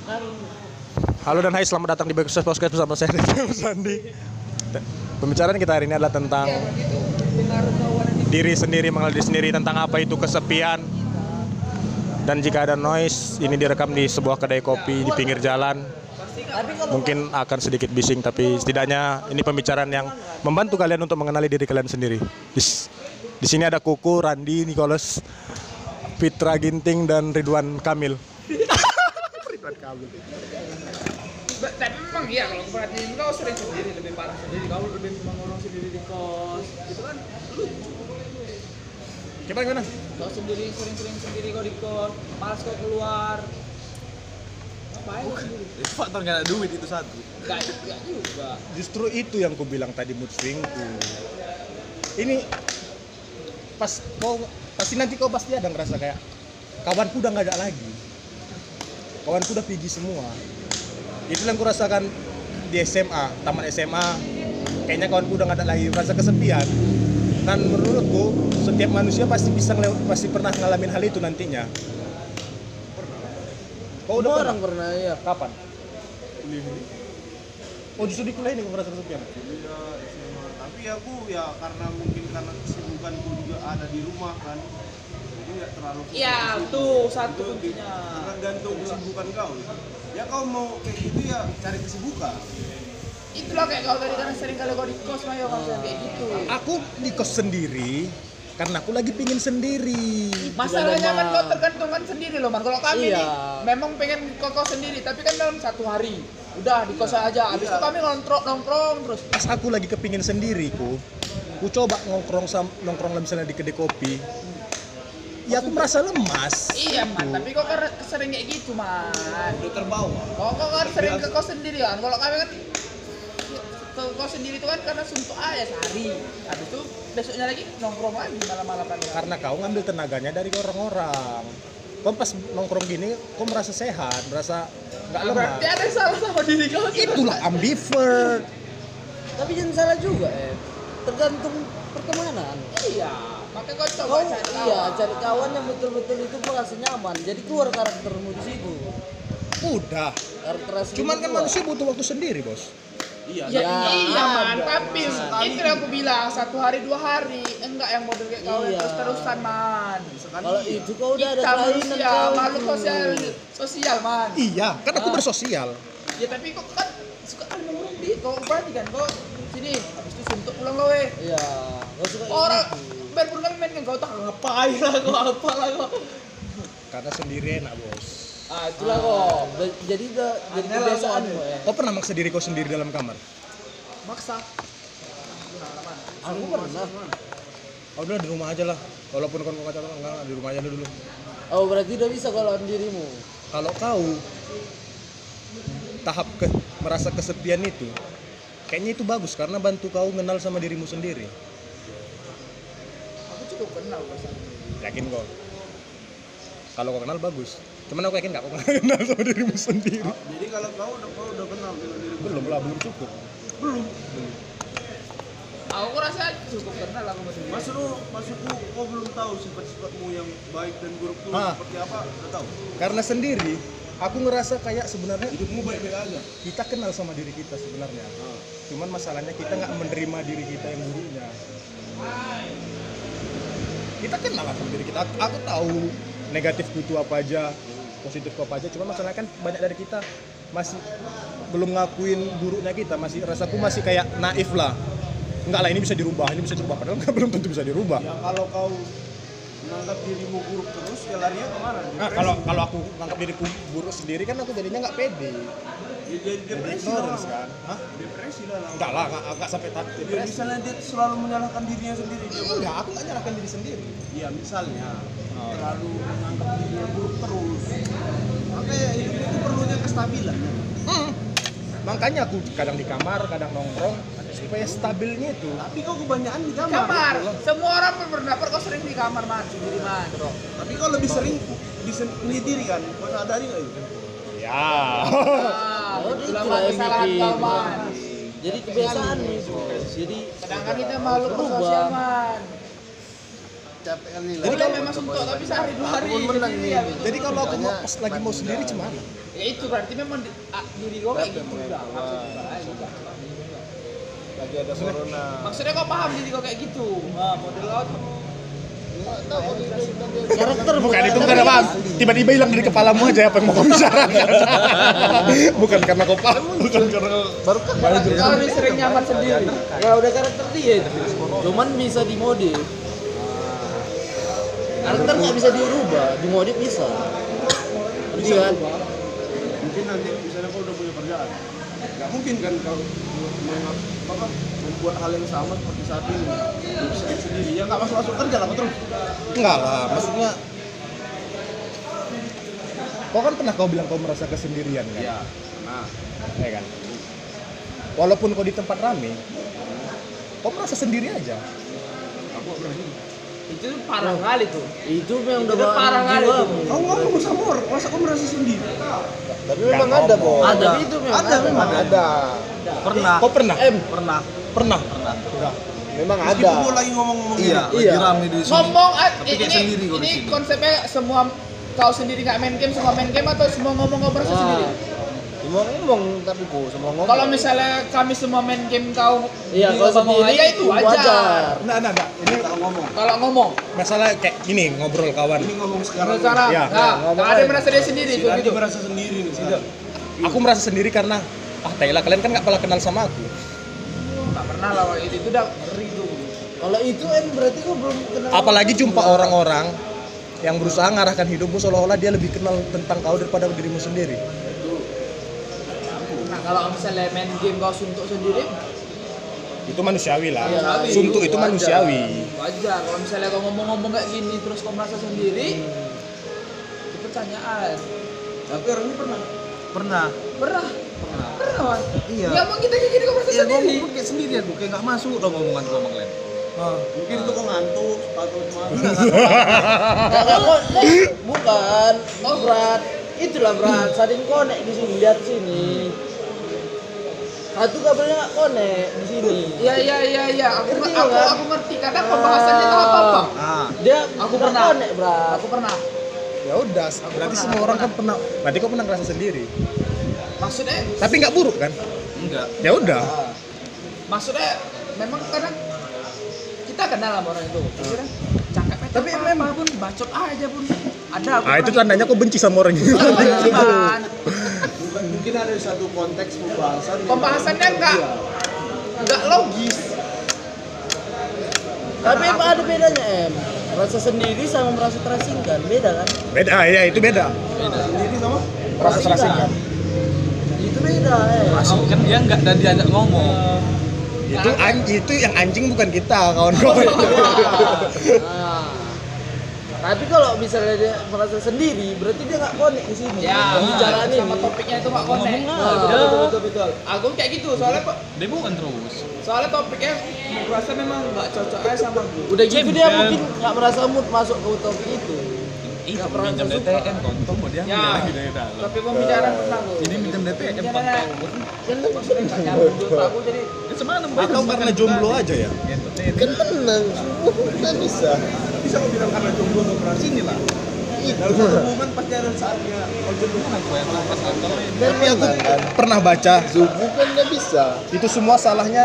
Halo dan hai, selamat datang di Bagus Podcast bersama saya Sandi. Pembicaraan kita hari ini adalah tentang diri sendiri, mengenal diri sendiri, tentang apa itu kesepian. Dan jika ada noise, ini direkam di sebuah kedai kopi di pinggir jalan. Mungkin akan sedikit bising, tapi setidaknya ini pembicaraan yang membantu kalian untuk mengenali diri kalian sendiri. Di sini ada Kuku, Randi, Nicholas, Fitra Ginting, dan Ridwan Kamil. Ridwan Kamil. Tapi memang iya, kalau aku perhatiin kau sering sendiri, lebih parah sendiri. Kau lebih mengurung sendiri di kos, itu kan lucu. Gimana? Kau sendiri, sering-sering sendiri kau di kos, malas kau keluar. Ngapain kau sendiri? Faktor nggak ada duit itu satu. Enggak juga. Justru itu yang ku bilang tadi, mood swingku. Ini pas kau nanti kau pasti ada ngerasa kayak kawanku udah nggak ada lagi, kawanku udah pergi semua. Itu yang ku rasakan di SMA, tamat SMA. Kayaknya kawanku udah nggak ada lagi, merasa kesepian. Dan menurutku setiap manusia pasti pernah ngalamin hal itu nantinya. Kau udah pernah ya. Kapan? Oh, justru di kuliah ini kau ngerasa kesepian? Kuliah SMA. Tapi aku ya karena kesibukanku juga ada di rumah kan. Jadi nggak terlalu. Iya, tuh satu kuncinya. Tergantung kesibukan kau. Ya kau mau kayak gitu ya cari kesibukan. Itulah kayak kau tadi kan sering kali kau di kos, Mayo, kau kayak gitu. Aku di kos sendiri karena aku lagi pingin sendiri. Masalahnya kan kau tergantungkan sendiri loh, Man. Kalau kami Iya. nih memang pengen kau sendiri, tapi kan dalam satu hari udah di kos aja. Habis itu kami nongkrong terus. Pas aku lagi kepingin sendiri, ku coba nongkrong misalnya di kedai kopi. Ya aku merasa lemas. Iya, Man, tapi kok kan sering kayak gitu, Man. Udah terbawa. Kok kan sering ke kos sendiri kan. Kalau kami kan ke kos sendiri itu kan karena suntuk aja sehari. Habis itu besoknya lagi nongkrong lagi malam-malam kan. Karena kau ngambil tenaganya dari orang-orang. Kau pas nongkrong gini, kau merasa sehat, merasa nggak lemah. Berarti ada yang salah sama diri kau. Itulah ambivert. Tapi jangan salah juga, tergantung pertemanan. Iya, makanya kau coba Kau cari cari kawan yang betul-betul itu merasa nyaman. Jadi keluar karaktermu di situ. Udah. Karakter asli Cuman itu kan keluar. manusia butuh waktu sendiri, Bos. Iya. Ya, iya, Man, ada. tapi itu yang aku bilang 1 hari 2 hari, enggak yang model kayak kau yang Iya. terus-terusan, Man. Kalau itu kau udah ada Kita kelainan manusia, kau makhluk itu. sosial, Man. Iya, kan aku bersosial. Ya tapi kok kan suka kali nongkrong di kau berarti kan kau sini habis itu suntuk pulang lo weh. Iya, kau suka Orang gitu. baru kan main kan kau tak ngapain lah kau apa lah kau. Karena sendiri enak, Bos. Ah, itulah kok. Jadi udah jadi Aneh lah kebiasaanmu kau. Kau pernah maksa diri kau sendiri dalam kamar? Maksa. Aku pernah. Oh, udah di rumah aja lah. Walaupun kau kata enggak, di rumah aja dulu. Oh, berarti udah bisa kalau dirimu. Kalau kau tahap merasa kesepian itu, kayaknya itu bagus karena bantu kau kenal sama dirimu sendiri. Aku cukup kenal kau sama. Yakin kau? Kalau kau kenal bagus. Cuman aku yakin nggak kau kenal sama dirimu sendiri. Jadi kalau kau udah kenal dengan diri Belum cukup. belum. Aku rasa cukup kenal aku sama diri. Maksudku kau belum tahu sifat-sifatmu yang baik dan buruk itu seperti apa, udah tahu. Karena sendiri, aku ngerasa kayak sebenarnya Hidupmu baik-baik aja. kita kenal sama diri kita sebenarnya. Cuman masalahnya kita nggak menerima diri kita yang buruknya. Kita kenal lah sama diri kita. Aku tahu negatifku itu apa aja, positifku apa aja. Cuman masalahnya kan banyak dari kita masih belum ngakuin buruknya kita. Rasaku masih kayak naif lah. Enggak lah, ini bisa dirubah. Padahal belum tentu bisa dirubah. Ya kalau kau menganggap dirimu buruk terus, ya larinya kemana? Nah, kalau aku nganggap diriku buruk sendiri kan aku jadinya nggak pede. Ya, jadi depresi Ignorance lah. kan? Hah? Depresi lah. Enggak lah, nggak sampai tahap Ya, depresi. misalnya dia selalu menyalahkan dirinya sendiri. Dia Enggak, aku nggak nyalahkan diri sendiri. ya misalnya terlalu menganggap dirinya buruk terus. Makanya hidup itu perlunya kestabilan. Makanya aku kadang di kamar, kadang nongkrong supaya stabilnya itu. Tapi kau kebanyakan di kamar. Kamar. Semua orang berpendapat kau sering di kamar, Man, sendiri, Man. Tapi kau lebih sering menyendiri kan? Kau sadari nggak itu? Ya. Oh, Itulah itulah yang kesalahan bikin. kau, Man. Jadi kebiasaan itu. Jadi Sedangkan kita makhluk berubah. sosial, Man. Capek kali lah. Boleh memang suntuk tapi sehari 2 hari. Aku pun menang Jadi, nih. ya, Jadi kalau aku pas lagi mau sendiri cuman Ya itu berarti memang diri kau kayak gitu udah. Lagi ada corona. Maksudnya kau paham diri kau kayak gitu. Nah, model kau tuh Karakter Bukan itu bukan apa. Tiba-tiba hilang dari kepalamu aja apa yang mau kau bicarakan. Bukan karena kau paham, bukan karena Baru kan kau lebih sering nyaman sendiri. ya udah karakter dia itu. Cuman bisa dimodif. Karakter nggak bisa dirubah, dimodif bisa. Ngerti kan? mungkin nanti misalnya kau udah punya kerjaan. Nggak mungkin kan kau membuat hal yang sama seperti saat ini. Bisa sendiri. Ya nggak masuk kerja lah terus. enggak lah, maksudnya kau kan pernah kau bilang kau merasa kesendirian kan? Iya. Nah, Ya kan? Walaupun kau di tempat rame, kau merasa sendiri aja. aku nggak berani. Itu parah kali tuh. Itu memang udah Itu bawaan parah kali jiwa. tuh. Kau ngomong sama orang, masa kau merasa sendiri? Tapi Nggak memang ada, ngomong. Bo. Ada. Tapi itu memang Ada, memang Ada. Pernah. Kau pernah? Pernah. Pernah. Udah. Memang Meskipun ada. gua lagi ngomong-ngomong Iya, ini. iya. Rame di sini. Ngomong Tapi kayak sendiri kau di ini sini. konsepnya semua kau sendiri nggak main game, semua main game atau semua ngomong kau merasa sendiri? Semua ngomong tapi kok semua ngomong. Kalau misalnya kami semua main game kau Iya, di kalau ngomong sendiri aja itu wajar. Enggak. Ini Kalau ngomong. Kalau ngomong, masalah kayak gini, ngobrol kawan. Ini ngomong sekarang. misalnya, Iya. nggak ada yang merasa dia sendiri Si itu Dani gitu. merasa sendiri nih. Tidak. Aku merasa sendiri karena Taila kalian kan nggak pernah kenal sama aku. Nggak pernah lah waktu itu udah ngeri tuh. Kalau itu berarti kau belum kenal. Apalagi jumpa orang-orang yang berusaha ngarahkan hidupmu seolah-olah dia lebih kenal tentang kau daripada dirimu sendiri. Nah kalau misalnya main game kau suntuk sendiri, Itu manusiawi lah. Iya, Suntuk itu wajar. manusiawi. wajar. Kalau misalnya kau ngomong-ngomong kayak gini terus kau merasa sendiri, itu pertanyaan. Tapi orang ini pernah. Pernah, Wan. Iya. Ya emang kita kayak gini kau merasa Iya sendiri. ngomong kayak sendirian tuh, kayak nggak masuk dong ngomongan gua sama kalian. Mungkin itu kok ngantuk atau gimana? Bukan. Oh, berat. Itulah berat. Saling konek di sini, lihat sini. Satu kabelnya nggak konek di sini. Iya. Aku Ngerti aku, kan? aku ngerti karena pembahasannya tak apa-apa. Ah, Dia Aku nggak pernah. konek, berat. Aku pernah. Ya udah, berarti pernah, semua orang kan pernah. Berarti kau pernah ngerasa sendiri. Maksudnya, Tapi nggak buruk kan? enggak. Ya udah. maksudnya memang kadang kita kenal sama orang itu. Kira cakep Tapi memang pun bacot aja pun. Ada. aku Ah itu pernah. tandanya kau benci sama orang itu. Bukan. Mungkin ada satu konteks pembahasan. yang- Pembahasannya enggak logis. Tapi apa ada bedanya, Merasa sendiri sama merasa terasingkan, beda kan? Beda, ya itu beda. Sendiri sama? Rasa terasingkan. Itu beda, Kan dia enggak dan diajak ngomong. Itu yang anjing bukan kita, kawan-kawan. Nah, tapi kalau misalnya dia merasa sendiri, berarti dia nggak konek di sini. Ya, Pembicaraan sama ini. topiknya itu nggak konek. Betul. Aku kayak gitu soalnya kok. Dia bukan terus. Soalnya topiknya aku rasa memang nggak cocok aja sama gue. Udah gitu dia mungkin nggak merasa mood masuk ke topik itu. Itu Nggak pernah minjem suka. DTM kontong mau dia Ya, lagi dari dalam. tapi pembicaraan pernah gue. Ini minjem DTM Pembicaraan kontong. maksudnya nggak nyambung menurut aku jadi Semana Atau karena jomblo aja ya? Kan menang. Nggak bisa. Bisa kau bilang karena jomblo atau keras ini lah. Dalam satu momen pasti ada saatnya. Kalau jomblo kan aku yang pas nonton. Tapi aku Menang kan. pernah baca Subuh kan nggak bisa. itu semua salahnya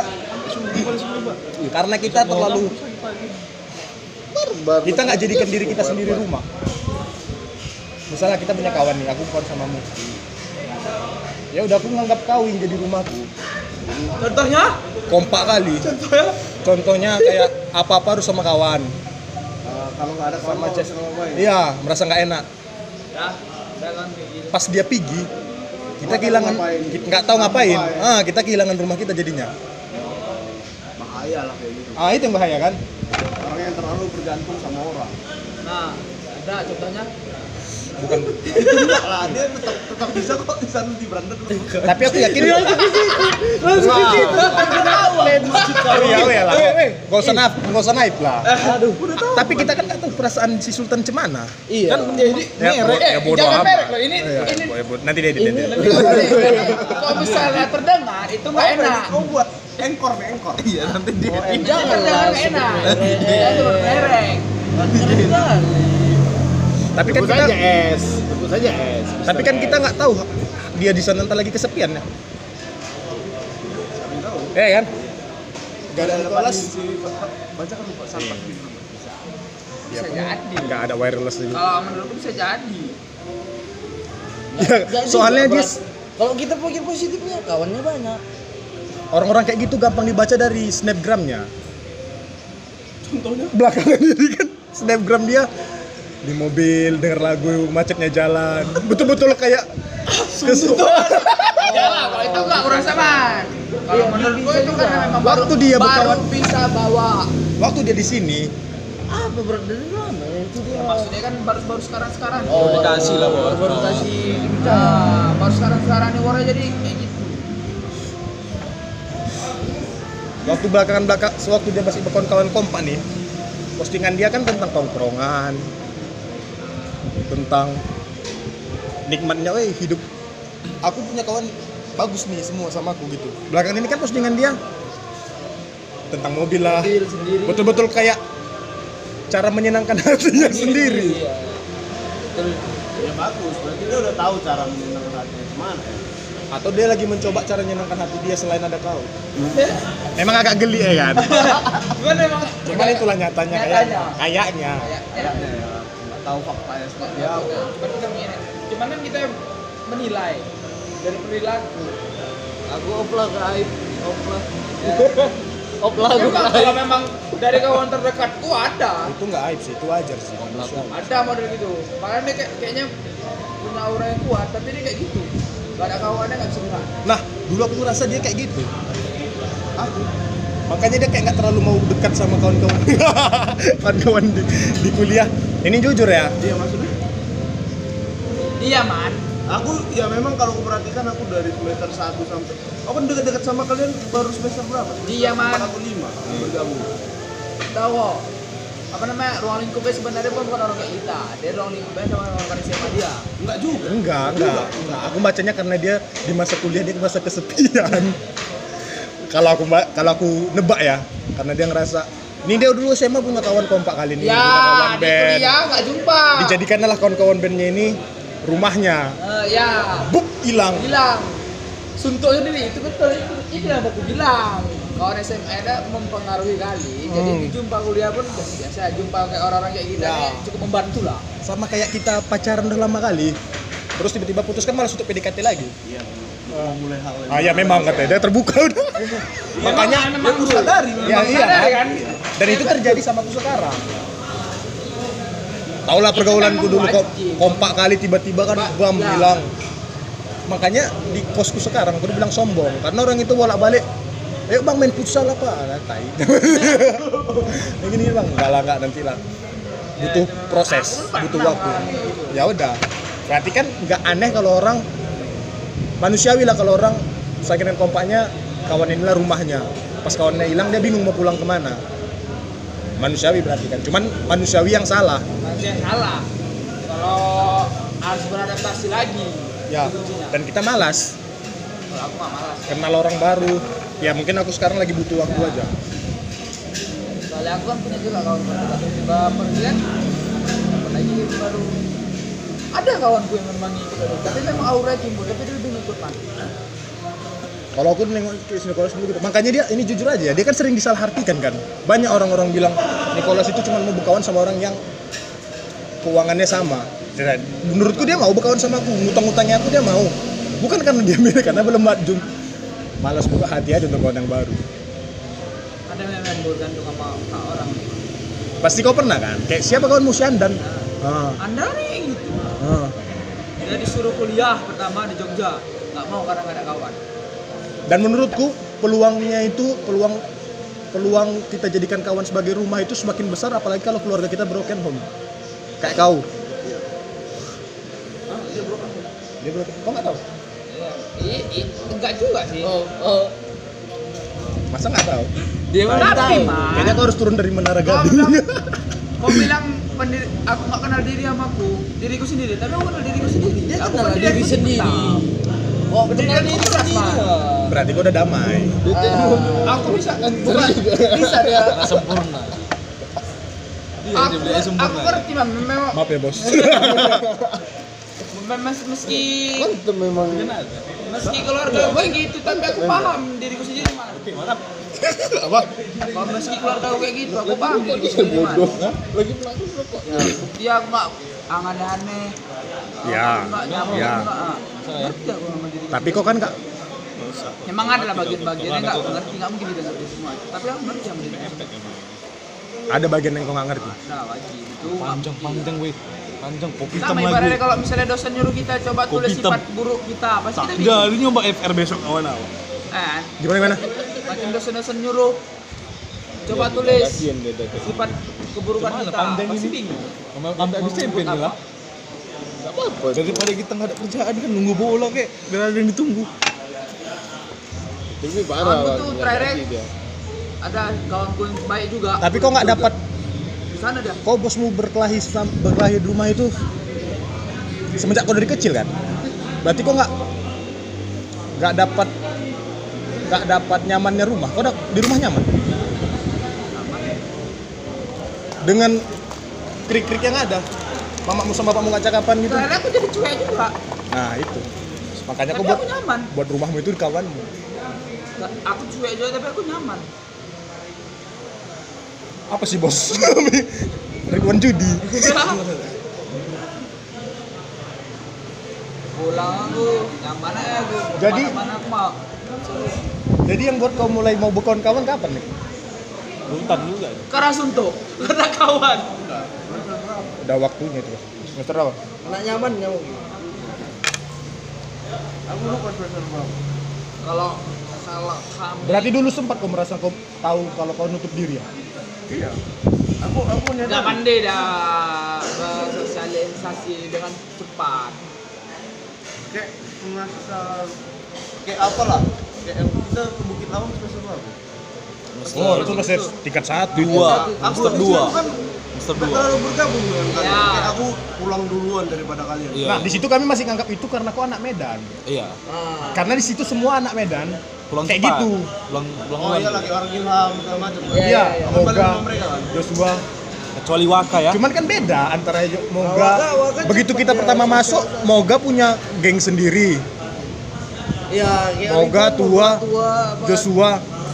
karena kita terlalu Barbar. kita nggak jadikan diri kita sendiri rumah. Misalnya kita punya kawan nih, aku kawan sama Mufti. Ya udah aku nganggap kau yang jadi rumahku. contohnya Kompak kali. Contohnya kayak apa-apa harus sama kawan. Kalau nggak ada Sama sama Jess. sama baik. Iya, merasa nggak enak. ya jangan kayak gitu. Pas dia pergi, kita kehilangan, ngapain. kita nggak tahu ngapain. Kita kehilangan rumah kita jadinya. Bahaya lah kayak gitu. Itu yang bahaya kan? Orang yang terlalu bergantung sama orang. Nah ada contohnya Bukan. Enggak lah, dia tetap bisa kok di sana di beranda terus. Tapi aku yakin. Langsung ke situ. Iya lah. Gak usah naik lah. Tapi kita kan nggak tahu perasaan si Sultan cemana. Iya. kan jadi merek. Ya bodo jangan amat. merek loh ini Iya, ini nanti dia. kalau misalnya terdengar itu nggak enak. Kau buat engkor nih engkor. Iya nanti dia. Jangan terdengar nggak enak. Jangan merek. Tapi kan Sebut kita saja S. Sebut saja es. Tapi kan kita nggak tahu dia di sana entar lagi kesepian ya. Siapa yang tahu? Kan? Gak ada kelas. Baca kan lupa sampah Iya. gitu. Bisa jadi. Nggak ada wireless juga. Kalau menurutku bisa jadi. Ya, Jadi soalnya juga, dia Brat. Kalau kita pikir positifnya, kawannya banyak. orang-orang kayak gitu gampang dibaca dari snapgramnya. Contohnya? Belakangan ini kan snapgram dia di mobil denger lagu macetnya jalan. Betul-betul kayak Ya lah, kalau itu enggak kurang saman. Kalau Iya, menurutku bisa itu juga. karena memang Waktu dia baru berkawan- bisa bawa. waktu dia di sini. Apa berat dari lama ya, itu dia. Maksudnya kan baru sekarang Oh, dikasih lah, Bos. baru kasih Nah, baru sekarang nih warna jadi kayak gitu. Waktu belakangan sewaktu dia masih berkawan-kawan kompak nih, postingan dia kan tentang tongkrongan, tentang nikmatnya, hidup. Aku punya kawan bagus nih semua sama aku gitu. Belakangan ini kan postingan dia tentang mobil lah, mobil sendiri. betul-betul kayak cara menyenangkan hatinya sendiri. Iya. Betul. Ya bagus, berarti dia udah tahu cara menyenangkan hatinya kemana ya. Atau dia lagi mencoba cara menyenangkan hati dia selain ada kau. Emang agak geli ya kan? Cuman memang Cuman itulah nyatanya kayaknya. Ya, nggak tahu faktanya seperti Ya, apa. cuman kan kita menilai dari perilaku. Aku oplah ke aib, oplah. Oplah aku Memang ke aib. kalau memang dari kawan terdekatku ada. Itu nggak aib sih, itu wajar sih. manusiawi. Ada model gitu. Makanya dia kayaknya punya aura yang kuat, tapi dia kayak gitu. Gak ada kawannya nggak bisa gerak. Nah, dulu aku ngerasa dia kayak gitu. Makanya dia kayak nggak terlalu mau dekat sama kawan-kawan. Kawan-kawan di kuliah. Ini jujur ya. Iya maksudnya? Iya man. Aku ya memang kalau aku perhatikan aku dari semester 1 sampai aku kan dekat-dekat sama kalian baru semester berapa? Iya, Man. Aku 5 bergabung. Tahu apa namanya ruang lingkupnya sebenarnya bukan orang kayak kita. Dia ruang lingkupnya sama orang SMA dia. Enggak juga. Enggak. Aku bacanya karena dia di masa kuliah dia masa kesepian. Kalau aku nebak ya, karena dia ngerasa ini dia dulu SMA punya kawan kompak kali ini, punya kawan Ya, di band. kuliah nggak jumpa. Dijadikanlah kawan-kawan bandnya ini rumahnya. Ya, Buk, hilang. bilang suntuk sendiri itu betul itu yang aku bilang. Kawan SMA ada mempengaruhi kali. Jadi di jumpa kuliah pun biasa jumpa kayak orang-orang kayak kita Ya. nih cukup membantu lah. Sama kayak kita pacaran udah lama kali. Terus tiba-tiba putus kan malas untuk PDKT lagi. Iya. Mulai hal yang Ya memang katanya dia terbuka udah. Makanya memang aku sadari ya memang iya sadar kan? Dan itu terjadi sama aku sekarang. Tau lah pergaulanku dulu kok kompak kali tiba-tiba kan bam Ya. hilang. Makanya di kosku sekarang aku udah bilang sombong karena orang itu bolak-balik. Ayo bang main futsal apa? Nah, tai. Yang gini bang, enggak nanti lah. Butuh proses, butuh waktu. Ya udah. Berarti kan nggak aneh kalau orang manusiawi lah kalau orang saking kompaknya kawan inilah rumahnya. Pas kawannya hilang dia bingung mau pulang kemana. Manusiawi berarti kan. Cuman manusiawi yang salah. Masih yang salah. Kalau harus beradaptasi lagi. Ya. itu kuncinya. Dan kita malas Kalau aku nggak malas. kenal orang baru. Ya mungkin aku sekarang lagi butuh waktu aja. Soalnya aku kan punya juga kawan tiba-tiba pergi kan. Apalagi baru ada kawanku yang memang ikut terus. Tapi memang aura timbul, tapi dia lebih ngikut man. Kalau aku nengok Nicholas dulu gitu. Makanya dia ini jujur aja, dia kan sering disalahartikan kan. Banyak orang-orang bilang Nicholas itu cuma mau berkawan sama orang yang keuangannya sama. Dan menurutku dia mau berkawan sama aku, ngutang-ngutangnya aku dia mau. Bukan karena dia milih, karena belum majum. Malas buka hati aja untuk kawan yang baru. Ada memang bergantung sama orang. Pasti kau pernah kan? Kayak siapa kawanmu si Andan? Anda nih gitu. Dia disuruh kuliah pertama di Jogja, nggak mau karena nggak ada kawan. Dan menurutku peluangnya itu peluang kita jadikan kawan sebagai rumah itu semakin besar apalagi kalau keluarga kita broken home. Kayak kau. Dia broken. Kau nggak tahu? Enggak juga sih. Masa nggak tahu? Dia mana Tapi tahu. man, Kayaknya kau harus turun dari Menara kau Gading. bilang, kau bilang aku nggak kenal diri sama diriku sendiri, tapi aku kenal diriku sendiri. Dia Aku kenal kan diri aku sendiri. tahu. Oh, Berdiri kenal di diri atas, sendiri. Man. Berarti kau udah damai. Aku bisa bisa dia. Sempurna. Aku ngerti man, memang Maaf ya bos. Meski Mantap memang. meski keluarga gue gitu, tapi aku paham diriku sendiri man. Apa? Meski keluarga gue kayak gitu, aku paham diriku Dia sendiri man. bodoh. Lagi pelaku rokok. Dia aku nggak aneh-aneh. Ya, Nggak nyamuk, ya. nggak, ngerti aku sama diriku. Tapi kok kan kak Memang ada lah bagian-bagiannya nggak ngerti, nggak mungkin kita ngerti semua. Tapi aku ngerti sama diriku. ada bagian yang kok nggak ngerti. Nah, wajib itu. Panjang weh. Panjang kopi hitam Sama lagi. ibaratnya kalau misalnya dosen nyuruh kita coba Kopi tulis hitam. sifat buruk kita, pasti kita Enggak, bingung. ini nyoba FR besok kawan aku. Kan? Gimana? Macam dosen-dosen nyuruh coba tulis Kasian dia dah. sifat keburukan Gimana, kita, panjang pasti ini? bingung. Sampai habis champion Apa? lah. Enggak apa-apa. Daripada kita nggak ada kerjaan kan nunggu bola kayak biar ada yang ditunggu. Ini parah. Kawanku Bang. tuh Nggak terakhir ngerti dia. ada kawanku yang baik juga. Tapi kok nggak dapat? Di sana dia. Kok bosmu berkelahi di rumah itu semenjak kau dari kecil kan? Berarti kok nggak dapat nyamannya rumah. Kok di rumah nyaman? Dengan krik-krik yang ada, mamamu sama bapakmu nggak cakapan gitu. Terakhir aku jadi cuek juga. Nah itu, makanya Tapi kau buat aku nyaman. rumahmu itu di kawanmu. Aku cuek juga tapi aku nyaman. Apa sih bos? Ridwan Judi. Pulang aku nyaman aja aku. Jadi- Mana aku mau. Jadi yang buat kau mulai mau berkawan-kawan kapan nih? Buntan juga. Karena suntuk, karena kawan. Udah waktunya itu. Semester apa? Anak nyaman nyamuk. Aku lupa semester berapa. Kalau salah kami. Berarti dulu sempat kau merasa kau tahu kalau kau nutup diri ya? Iya. Aku Udah nyadar. pandai dah bersosialisasi dengan cepat. Kayak merasa kayak apa lah? Kayak yang kita ke Bukit Lawang semester berapa? Oh, itu kelas tingkat 1. Dua. Aku Master di dua. situ kan Master nggak dua. terlalu bergabung dengan kalian. Ya. Kayak aku pulang duluan daripada kalian. Iya. Nah, di situ kami masih nganggap itu karena kau anak Medan. Iya. Karena di situ semua anak Medan Pulang kayak cepat. gitu. Pulang Oh iya lagi orang Ilham segala macam. kan? Iya, Iya, Aku balik Moga, sama mereka kan. Joshua. Kecuali Waka ya. Cuman kan beda antara Moga. Waka Begitu cepat kita ya, pertama sosial. masuk, Moga punya geng sendiri. Iya, kayak Moga, itu, Tua, Tua, apa, Joshua.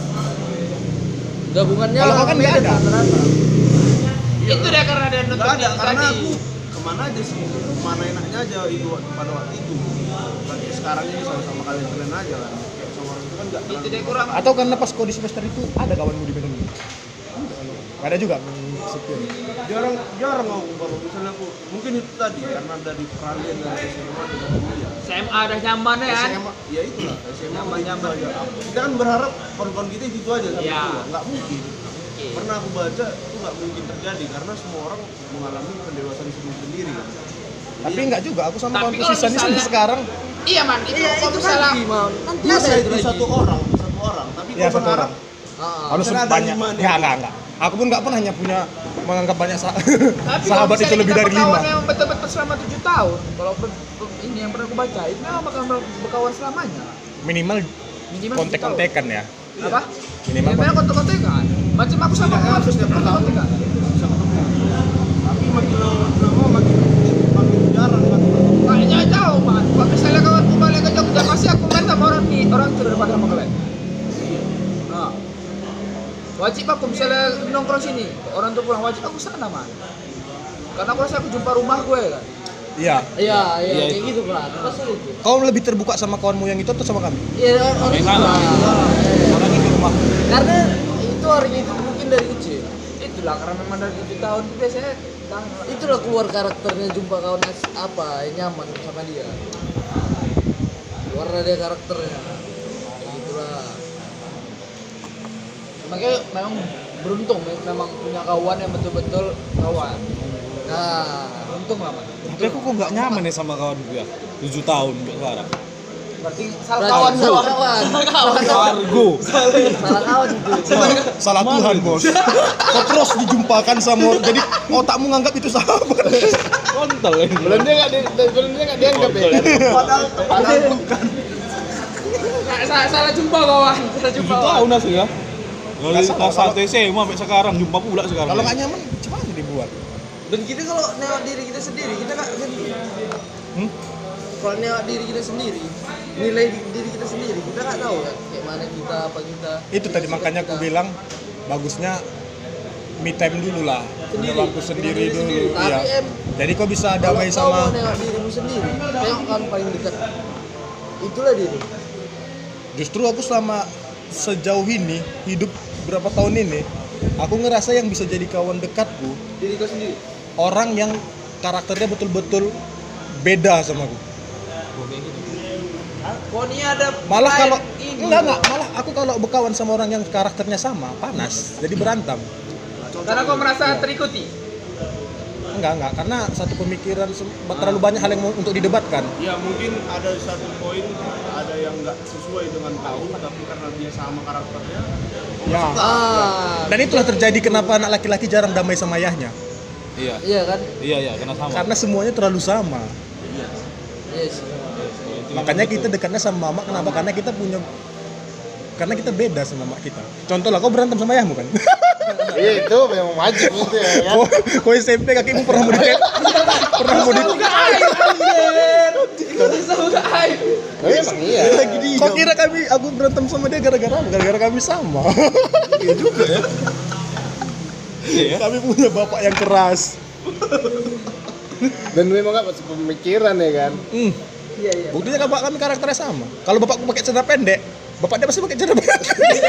gabungannya Kalau kau kan nggak beda ada. rata-rata. Itu dia karena dia nutup Nggak ada diri karena tadi. aku kemana aja sih? Mana enaknya aja itu pada waktu itu. Lagi sekarang ini sama-sama kalian aja kan. Kayak sama orang itu kan nggak Itu terlalu- dia kurang. Atau karena pas kau di semester itu ada kawanmu di Medan? Nggak ada juga. Sekian. jarang aku kalau misalnya aku mungkin itu tadi karena dari peralihan dari SMA dengan kuliah. SMA udah nyaman ya kan? SMA ya itulah SMA Nyaman-nyaman. itu aja. Kita kan berharap kawan-kawan kita itu aja sampai Iya. tua. Nggak mungkin. Pernah aku baca itu nggak mungkin terjadi karena semua orang mengalami pendewasaan sendiri kan. Tapi enggak juga, aku sama Tapi kawan kalau sisanya sampai misalnya- sekarang. Iya man, itu Iya, kalau itu misalnya nanti, Mam. Nanti Bisa ada itu lagi. satu orang. Tapi Ya, kau satu berharap orang. Ah, Harus misalnya ada banyak. lima nih. Enggak. Aku pun enggak pernah hanya punya menganggap banyak Tapi sahabat kalau itu lebih dari 5. Berkawan yang betul-betul selama 7 tahun. Kalau ini yang pernah aku baca, itu memang bakal berkawan selamanya. Minimal Minimal 7 tahun. kontek-kontekan ya. Apa? Minimal Minimal kontek-kontekan. Macam aku sama Tidak kawan harus setiap setiap tahun. kontek-kontekan. bisa ketemu. Tapi makin lama makin jarang kan. Kayaknya jauh man. Kalau misalnya kawanku balik ke Jogja, pasti aku main sama orang itu daripada sama kalian. Nah. Wajib aku misalnya nongkrong sini, orang tuh pulang wajib aku sana man. Karena aku rasa aku jumpa rumah gue kan. Iya. Iya, Iya, kayak gitu Prat. Pasti itu. Kau lebih terbuka sama kawanmu yang itu atau sama kami? Iya, orang itu. Enak. Lah. Orangnya di rumah. Karena itu orang itu mungkin dari kecil. Itulah karena memang dari 7 tahun itu biasanya Itulah keluar karakternya jumpa kawan apa yang nyaman sama dia. Keluar dia karakternya. Kayak gitulah. makanya memang beruntung memang punya kawan yang betul-betul kawan. Nah, Beruntung lah man. Tapi aku kok nggak nyaman ya sama kawan gue ya. 7 tahun sampai sekarang. Berarti salah berarti kawan salah doang. kawan. Cargo. Salah kawan itu. Salah Tuhan, Bos. Kau terus dijumpakan sama jadi otakmu nganggap itu sahabat. Kontol ya. Belum dia nggak dianggap ya. Padahal bukan. Salah jumpa kawan. Salah 7 jumpa kawan. tahun asli ya. Dari Nggak salah, kelas 1 SMA sampai sekarang jumpa pula sekarang. Kalau nggak nyaman, gimana dibuat? Dan kita kalau nengok diri kita sendiri, kita nggak sendiri. kalau nengok diri kita sendiri, nilai diri kita sendiri, kita nggak tahu kan kayak mana kita, apa kita. Itu tadi makanya aku bilang bagusnya me time dulu lah, punya waktu sendiri dulu. Tapi Iya. Jadi kau bisa damai kalau kau mau sama. nengok dirimu sendiri, tengok kan paling dekat. Itulah diri. Justru aku selama sejauh ini hidup berapa tahun ini, aku ngerasa yang bisa jadi kawan dekatku Diri kau sendiri. orang yang karakternya betul-betul beda sama aku. Kau ini ada Malah kalau ini. enggak, malah aku kalau berkawan sama orang yang karakternya sama, panas, jadi berantem. Karena kau merasa terikuti. Enggak, karena satu pemikiran terlalu banyak hal yang untuk didebatkan. Ya mungkin ada satu poin ada yang nggak sesuai dengan kau, tapi karena dia sama karakternya, Ya. Dan itulah terjadi kenapa anak laki-laki jarang damai sama ayahnya. Iya. Iya kan? Iya, karena sama. Karena semuanya terlalu sama. Iya sih. Makanya kita dekatnya sama mama, kenapa? Karena kita beda sama mama kita. Contoh lah, kau berantem sama ayahmu kan? Iya itu memang wajib gitu ya kan. Kau SMP kakimu pernah mau dicek? Pernah mau di... Itu sama aib. Tapi emang iya. Kau kira aku berantem sama dia gara-gara apa? Gara-gara kami sama. Iya juga ya. Kami punya bapak yang keras. Dan memang gak masih pemikiran ya kan. Iya, iya. Buktinya bapak kami karakternya sama. Kalau bapakku pakai celana pendek, bapak dia pasti pakai celana pendek.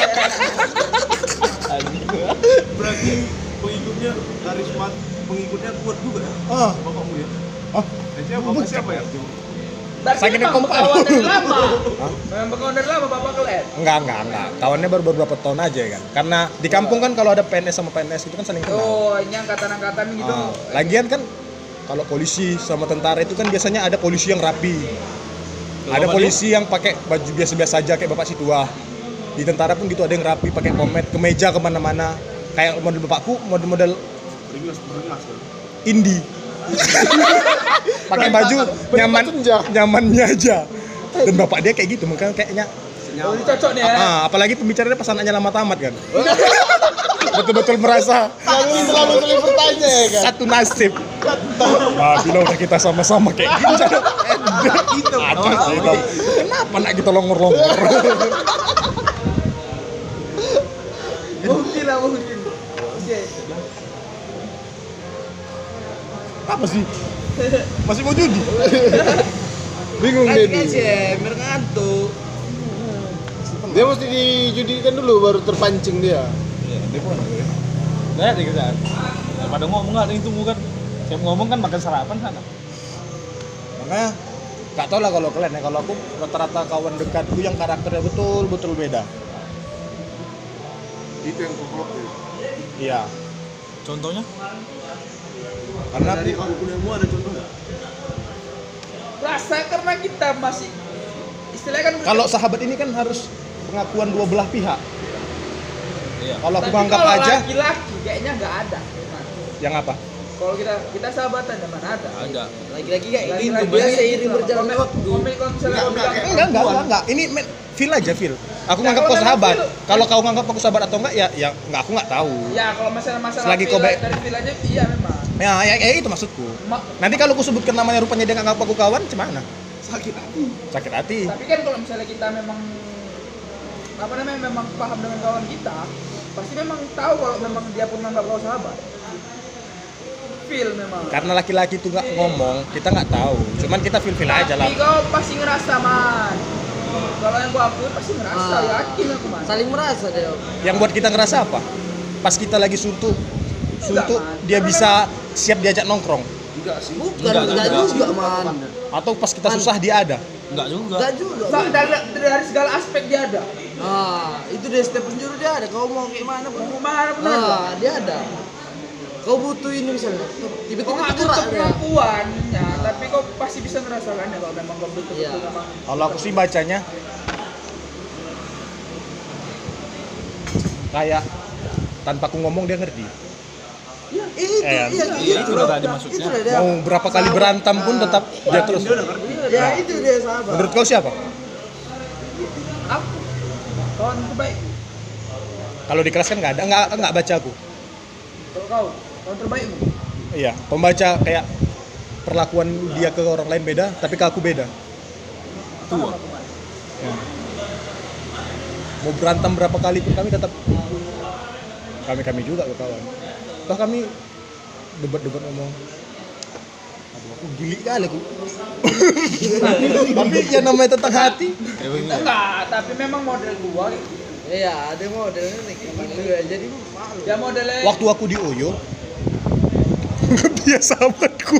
berarti pengikutnya kuat juga ya. Bapakmu ya. Bapak siapa ya? Berarti Saking memang kompak. berkawan dari lama. Memang berkawan dari lama Bapak kalian. Enggak. Kawannya baru beberapa tahun aja kan. Karena di kampung kan kalau ada PNS sama PNS itu kan saling kenal. Oh, ini angkatan-angkatan gitu. Lagian kan kalau polisi sama tentara itu kan biasanya ada polisi yang rapi. Ada polisi yang pakai baju biasa-biasa aja kayak bapak Situah. Di tentara pun gitu ada yang rapi pakai komet, kemeja kemana-mana. Kayak model bapakku, model Beringas indie. Pakai baju nyamannya aja. Dan bapak dia kayak gitu, makanya kayaknya Oh, ini cocok nih ya. apalagi pembicaranya pas anaknya lama tamat kan. Betul-betul merasa Selalu bertanya ya kan. satu nasib. Bila udah kita sama-sama kayak gini gitu. Kenapa nak kita longor-longor? Mungkin lah, mungkin. Oke. Apa sih? Masih mau judi? Bingung Kan dia kan nih. sih, ngantuk. Dia mesti dijudikan dulu baru terpancing dia. Iya, dia pun. Lihat nih kita. Daripada ngomong nggak ada yang tunggu kan. Saya ngomong kan makan sarapan sana. Makanya gak tau lah kalau kalian ya, kalau aku rata-rata kawan dekatku yang karakternya betul-betul beda. Itu yang kuklok ya. Iya. Contohnya? Karena Dari kawan kuliahmu ada contoh nggak? Rasa karena kita masih istilahnya kan kalau sahabat ini kan harus pengakuan dua belah pihak. Iya. Kalau aku tapi anggap kalau aja laki-laki kayaknya nggak ada. yang apa? Kalau kita sahabatan ya mana ada. Ada. Lagi-lagi kayak gitu, Lagi-lagi dia kayak seiring gitu. berjalannya waktu. Komik kalau misalnya kau bilang, Enggak. Ini feel aja feel. Aku Ya, nganggap kalau kau memang sahabat. feel. Kalau kau nganggap aku sahabat atau enggak ya enggak, aku nggak tahu. ya kalau masalah Selagi kau baik. dari feel aja iya memang. Ya itu maksudku. Nanti kalau aku sebutkan namanya rupanya dia nggak nganggap aku kawan, gimana? Sakit hati. Tapi kan kalau misalnya kita memang apa namanya memang paham dengan kawan kita, pasti memang tahu kalau memang dia pun menganggap kau sahabat. Feel memang. Karena laki-laki itu nggak ngomong, kita nggak tahu. Cuman kita feel aja lah. Tapi kau pasti ngerasa man. Kalau yang gua akui pasti ngerasa, Ah. yakin aku man. Saling merasa dia. Yang buat kita ngerasa apa? Pas kita lagi suntuk, Enggak, Man. dia Karena bisa siap diajak nongkrong. Enggak sih. Bukan, Enggak enggak juga. juga, man. Atau pas kita susah dia ada. Enggak juga. Enggak juga. Dari segala aspek dia ada. Itu dari setiap penjuru dia ada. Kau mau kayak mana pun. Mau mana pun ada. Dia ada. Kau butuh ini misalnya. Kau Tiba-tiba nggak tergerak butuh dia. pengakuannya, tapi kau pasti bisa ngerasakannya kalau memang kau butuh Iya. memang. Kalau aku sih bacanya kayak tanpa aku ngomong dia ngerti. Itu udah tadi maksudnya. Itu dia. Mau berapa kali berantem pun tetap dia terus. Ya itu dia sahabat. Menurut kau siapa? Aku kawan terbaik. Kalau di kelas kan nggak ada, nggak baca aku. Kalau kau kawan terbaikmu. Iya, pembaca kayak perlakuan dia ke orang lain beda, tapi ke aku beda. tua. Ya. Mau berantem berapa kali pun kami tetap kami juga kawan. Toh kami debat ngomong. Aduh, aku gili kali aku. Tapi ya namanya tentang hati. Enggak, tapi memang model gua gitu. Iya, ada modelnya nih gitu ya. Jadi malu. Ya modelnya Waktu aku di Oyo, dia sahabatku.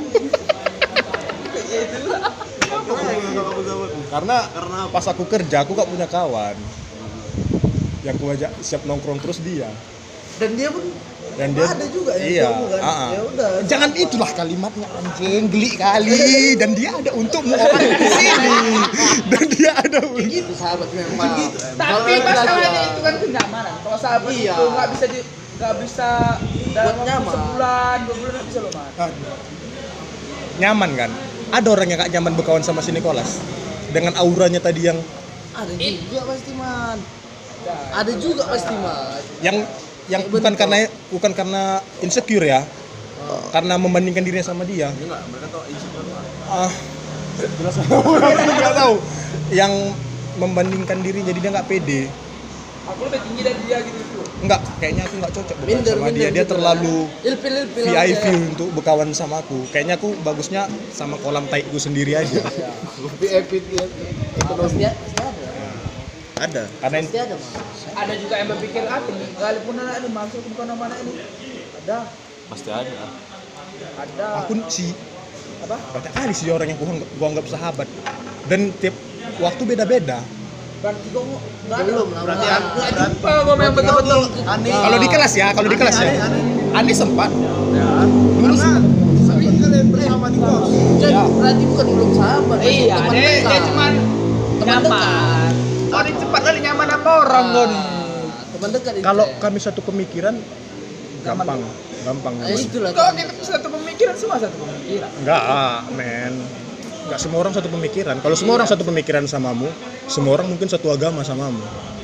Karena pas aku kerja aku gak punya kawan. Yang ku ajak siap nongkrong terus dia. Dan dia pun Dan dia ada juga yang iya, kamu kan. Ya udah. Jangan itulah kalimatnya anjing, geli kali. Dan dia ada untukmu orang di sini. Dan dia ada untuk Gitu sahabat memang. Gitu. tapi masalahnya itu kan kenyamanan. Kalau sahabat Iya. itu nggak bisa dalam waktu nyaman. sebulan, 2 bulan nggak bisa loh, Mas. nyaman kan. Ada orang yang gak nyaman berkawan sama si Nicholas. Dengan auranya tadi yang Ada juga pasti man. Ada juga pasti man. yang bukan karena insecure ya. Karena membandingkan dirinya sama dia. Enggak, mereka tahu insecure. Jelas nggak tahu. Yang membandingkan dirinya jadi dia nggak pede. Aku lebih tinggi dari dia gitu tuh. Enggak, kayaknya aku nggak cocok berkawan Minder, sama minder dia. Dia gitu terlalu Ilpil VIP aja. untuk berkawan sama aku. Kayaknya aku bagusnya sama kolam taiku sendiri aja. VIP dia. Pasti ada. Ada. Karena Pasti ada man. Ada juga yang berpikir nih, walaupun anak ini masuk bukan nama anak ini. Ada, Pasti ada. ada. aku sih Apa? banyak kali sih orang yang gua anggap sahabat. Dan tiap waktu beda-beda. Berarti kok nggak ada. Belum lah. Berarti Man. Nggak jumpa kok yang betul-betul. Aneh. Kalau di kelas ya, Ani sempat. Dulu sahabat kalian bersama di kos. Jadi berarti bukan belum sahabat. pasti Iya, teman dia dekat. cuman Teman nyaman. Oh, ini cepat kali nyaman sama orang kok nih. Teman dekat itu. Kalau kami satu pemikiran gampang. Nah, itulah. Kok kita satu pemikiran, semua satu pemikiran. Enggak, men. Enggak semua orang satu pemikiran. Kalau semua orang satu pemikiran samamu, semua orang mungkin satu agama samamu.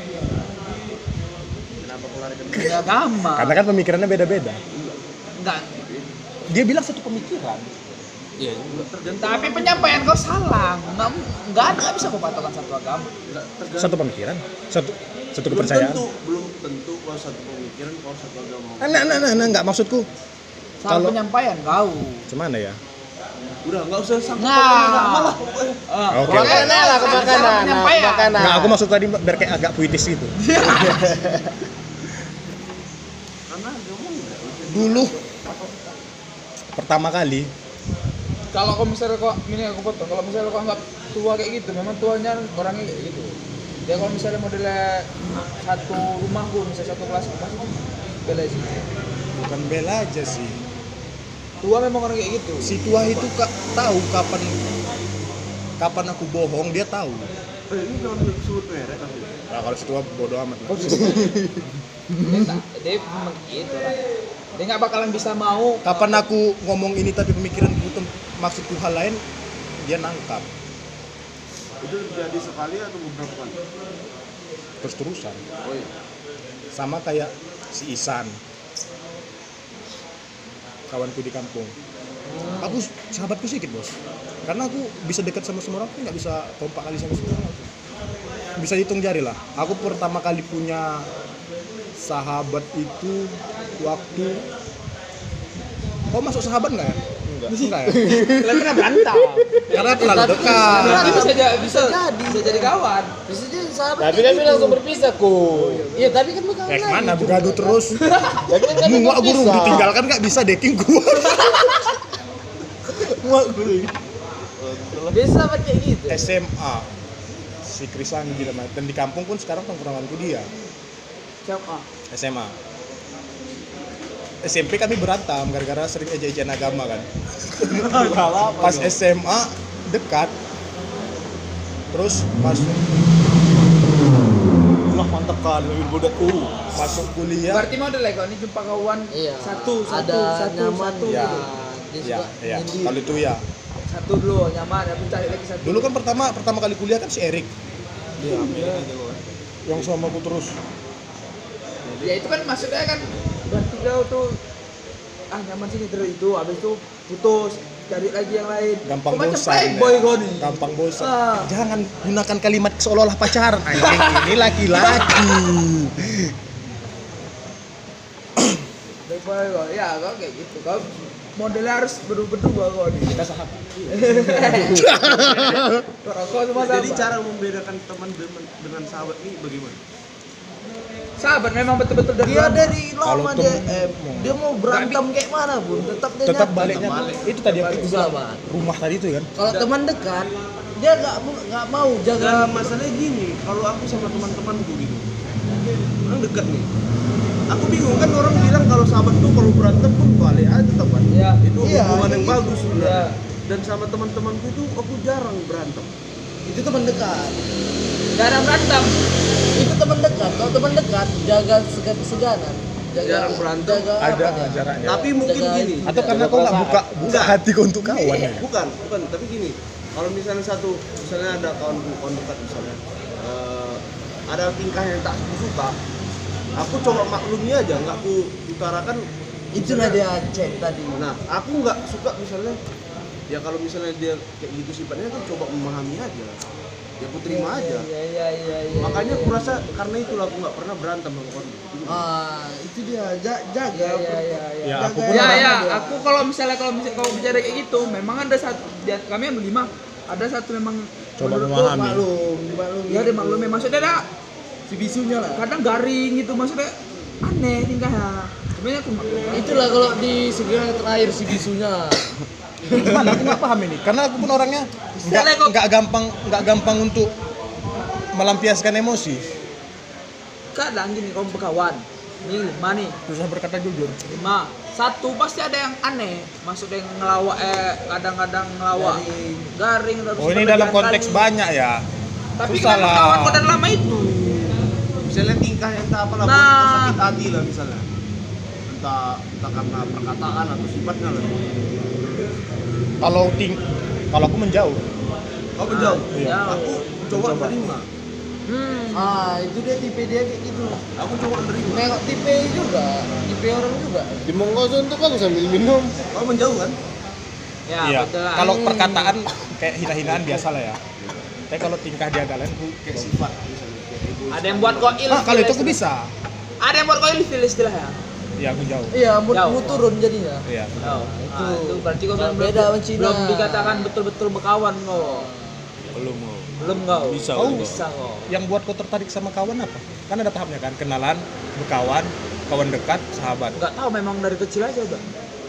Ya agama. Karena kan pemikirannya beda-beda. Enggak. Dia bilang satu pemikiran. Iya. Tapi penyampaian kau salah. Enggak bisa kau patokan satu agama. Satu pemikiran, satu Belum kepercayaan. tentu kalau satu pemikiran, kalau satu agama. Nah, enggak maksudku. Salah Kalau- penyampaian kau. Gimana ya? Udah enggak usah sangkut Nah. agama lah. Oke. Makanan lah, ke makanan. Penyampaian. Makanan. Enggak, aku maksud tadi biar kayak agak puitis gitu. Karena agama enggak. Dulu pertama kali Kalau kau misalnya kau ini aku potong. Kalau misalnya kau anggap tua kayak gitu, memang tuanya orangnya kayak gitu. Dia kalau misalnya modelnya satu rumahku, misalnya satu kelas pasti bela sih. bukan bela aja sih. Tua memang orang kayak gitu. Si tua itu tahu kapan aku bohong, dia tahu. Ini jangan sebut merek tapi. Nah, kalau si tua bodoh amat lah. Dia memang gitu lah. Dia nggak bakalan bisa mau. Kapan aku ngomong ini tapi pemikiranku maksudku hal lain, dia nangkap Itu terjadi sekali atau beberapa kali? terus-terusan. Oh iya. Sama kayak si Isan, kawanku di kampung. Aku sahabatku sedikit bos, karena aku bisa dekat sama semua orang, tapi nggak bisa kompak kali sama semua orang. Bisa hitung jari lah. Aku pertama kali punya sahabat itu waktu kau masuk sahabat nggak ya? Enggak ya? Lebih kan berantem. Karena terlalu dekat. Berarti bisa jadi kawan. Bisa jadi sahabat. Tapi kami langsung berpisah ku. Iya, tapi kan bukan Kayak mana bergaduh terus? Tapi kan kami Muak guru berpisah. ditinggalkan nggak bisa decking gua. Muak guru. Biasa sahabat kayak gitu. SMA si Krisanggi namanya. Dan di kampung pun sekarang tongkronganku dia. Siapa? SMA. SMP kami berantem gara-gara sering ejek-ejekan agama kan. Pas SMA dekat. Terus masuk Wah, mantap kali budak masuk kuliah. Berarti mau udah kau ini jumpa kawan Iya. satu Ada nyaman. Ya. Dia Ya, suka ya. nyindir. Kalau itu ya. satu dulu nyaman, tapi cari lagi satu. Dulu kan pertama kali kuliah kan si Erik Dia ambil aja kok. yang sama aku terus. Ya itu kan maksudnya kan berarti kau tuh nyaman sini terus itu, habis itu putus. cari lagi yang lain. Gampang Kok macam bosan. playboy kau nih. Gampang bosan. Ah. Jangan gunakan kalimat seolah-olah pacaran. Anjing, ini laki-laki. Playboy kau. Ya kau kayak gitu. Kau modelnya harus berdua kau nih. Kita sahabat. Kau semua Jadi sahabat. cara membedakan teman dengan sahabat ini bagaimana? Sahabat memang betul-betul dari Dia lama. dari Kalau lama dia mau berantem kayak mana pun tetap dia Tetap nyatu. baliknya itu tadi yang Balik itu bilang, sahabat. rumah tadi itu kan. Kalau teman dekat dia nggak mau jaga. Dan masalahnya gini, kalau aku sama teman-temanku gitu, orang dekat nih. Aku bingung kan orang bilang kalau sahabat tuh kalau berantem pun balik aja tetap kan. Iya. Itu Iya, hubungan yang gitu. bagus sebenarnya. Iya. Dan sama teman-temanku itu aku jarang berantem. Itu teman dekat. Gak ada berantem. Itu teman dekat. Kalau teman dekat jaga seganan. Jarang berantem. Jaga Ada apa ya? jaraknya. Tapi mungkin Jaga- gini. Atau karena kau nggak buka Enggak. hati kau untuk kawan ya? Bukan, tapi gini. Kalau misalnya misalnya ada kawan dekat misalnya, ada tingkah yang tak aku suka, aku coba maklumi aja, nggak aku utarakan. Itulah misalnya- dia cek tadi. Nah, aku nggak suka misalnya, ya kalau misalnya dia kayak gitu sifatnya, aku coba memahami aja, ya aku terima aja. Iya. Makanya aku rasa karena itulah aku nggak pernah berantem sama kawan. Itu dia jaga. Ya, aku Jaga pun Ya orang- ya, aku kalau misalnya kau bicara kayak gitu, memang ada satu kami yang berlima, ada satu memang Coba menurutku memahami. Maklum. Ya dia maklumi, maksudnya ada Si bisunya lah. kadang garing gitu, maksudnya aneh tingkahnya. Sebenarnya aku maklumi. Itulah kalau di segera terakhir si bisunya. Gimana aku nggak paham ini? Karena aku pun orangnya Misalnya kok- nggak gampang untuk melampiaskan emosi. Kadang gini kau berkawan, nih 5 nih, Susah berkata jujur. 5. Satu pasti ada yang aneh, maksudnya yang ngelawak, kadang-kadang ngelawak, garing. terus Oh ini berlebihan dalam konteks kali. banyak ya. Tapi Susah kan lah. kawan kau dari lama itu. Misalnya tingkah yang tak apalah, Nah. buat kau sakit hati lah misalnya, entah karena perkataan atau sifatnya lah. Kalau aku menjauh. Kau menjauh, Iya. aku coba menerima. Itu dia tipe dia kayak gitu. Aku coba menerima. Nengok tipe juga, tipe orang juga. Di Monggo untuk aku sambil minum. Kau menjauh kan? Ya, Iya. betul lah. Kalau perkataan kayak hina-hinaan biasa lah ya. Tapi kalau tingkah dia kalian, Kayak sifat misalnya, kayak egois. ada yang buat kau ilfil. kalau itu aku bisa. Ada yang buat kau ilfil istilahnya. Iya aku jauh. Iya, Jauh. mau turun jadinya. Iya. Itu berarti kau Yang belum beda sama Cina. belum dikatakan betul-betul berkawan kau. Belum kau. Bisa Kau juga. Bisa kau. Yang buat kau tertarik sama kawan apa? Kan ada tahapnya kan, kenalan, berkawan, kawan dekat, sahabat. Enggak tahu, memang dari kecil aja udah.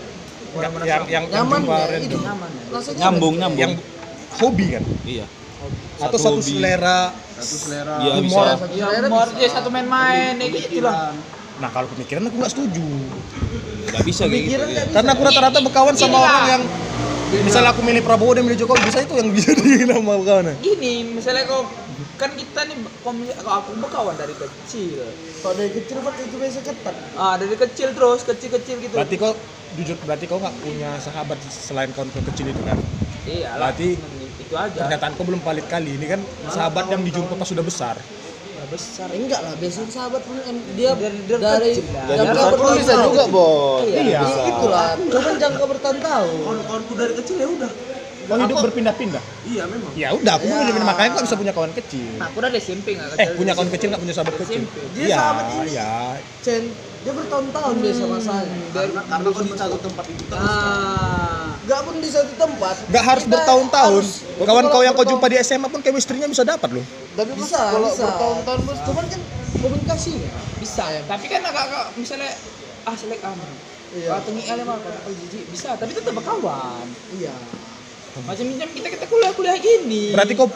Yang Nyaman jumpa ya, random. itu. Nyaman ya. Rasanya Nyambung. Yang hobi kan? Iya. Atau satu hobi. selera. Satu selera. Iya Humor. bisa. Ya, humor dia satu main-main kayak gitu lah. Pemikiran. Nah kalau pemikiran aku nggak setuju. Nggak bisa kayak gitu. Pikiran Iya. nggak bisa. Karena aku rata-rata berkawan sama Inilah. orang yang misalnya aku milih Prabowo dan milih Jokowi, bisa itu yang bisa di nama kawan. Gini, misalnya kau kan kita nih kalau aku berkawan dari kecil. Kalau dari kecil kan itu biasa ketat. Dari kecil terus kecil-kecil gitu. Berarti kau jujur, berarti kau nggak punya sahabat selain kawan kau kecil itu kan? Iya, berarti itu aja. Pernyataan kau belum valid kali. Ini kan sahabat yang dijumpa pas sudah besar. Ya, besar. Enggak lah, biasanya sahabat pun dia Dari dari kecil lah. Dan jangka aku bisa bertahun-tahun. juga, Bos. Iya. Itulah, cuman jangka bertahun-tahun. Kawan-kawanku dari kecil ya udah. Kau hidup berpindah-pindah. Iya memang. Ya udah, aku Ya. milih makanya kau bisa punya kawan kecil. Nah, aku udah dari SMP nggak Punya kawan kecil nggak punya sahabat kecil? SMP. Dia Iya, sahabat ini. iya. Cen, dia bertahun-tahun dia sama saya. Karena kau di satu tempat itu terus. Enggak pun di satu tempat. Nggak harus Kita bertahun-tahun. harus- Kawan kau kalau yang kau jumpa di bertahun- SMA pun chemistry-nya bisa dapat loh. Tapi bisa, kalau bisa. bertahun-tahun Bos, Cuman kan komunikasinya. Bisa ya. Tapi kan agak misalnya selek Iya. kalau tengi ale mah kalau jijik bisa, tapi tetap berkawan. Iya. Macam-macam kita kuliah gini. Berarti kau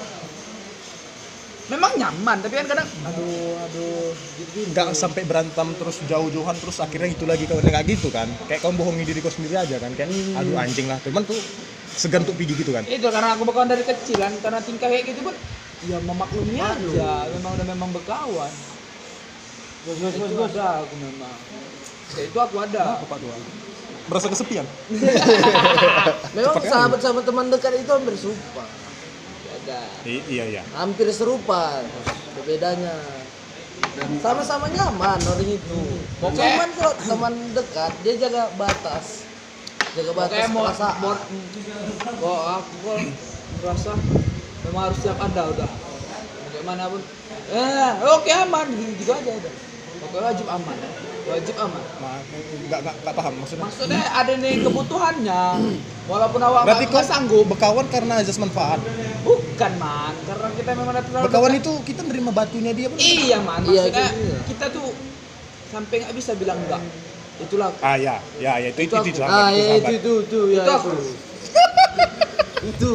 memang nyaman, tapi kan kadang aduh gitu. nggak sampai berantem terus jauh-jauhan terus akhirnya gitu lagi kawan nggak gitu kan? Kayak kau bohongi diri kau sendiri aja kan? Kayak aduh anjing lah. Cuman tuh segan untuk pergi gitu kan? Itu karena aku berkawan dari kecilan, karena tingkah kayak gitu pun ya memaklumi aja, memang berkawan. Itu ada aku memang. Itu aku ada. Apa tuh? Merasa kesepian? Memang Cepet sahabat sama teman dekat itu hampir serupa. Ada. Iya. Hampir serupa. Bedanya sama-sama nyaman orang itu. Oke. Cuman kalau teman dekat dia jaga batas. Jaga batas Kayak mau perasaan. kok aku merasa memang harus siap ada udah. Bagaimanapun. Oke aman gitu aja udah. Pokoknya wajib aman. Wajib aman. Nggak paham maksudnya. Maksudnya ada nih kebutuhannya. Walaupun awak Berarti nggak kau sanggup. berkawan karena azas manfaat. Bukan man, karena kita memang ada terlalu Berkawan dekat. itu kita nerima batunya dia. Iya man, Iya, maksudnya gitu. kita tuh sampai nggak bisa bilang enggak. Itulah. Ya itu Itu aku. sahabat, Ah, ya sahabat. itu ya Itu aku. itu.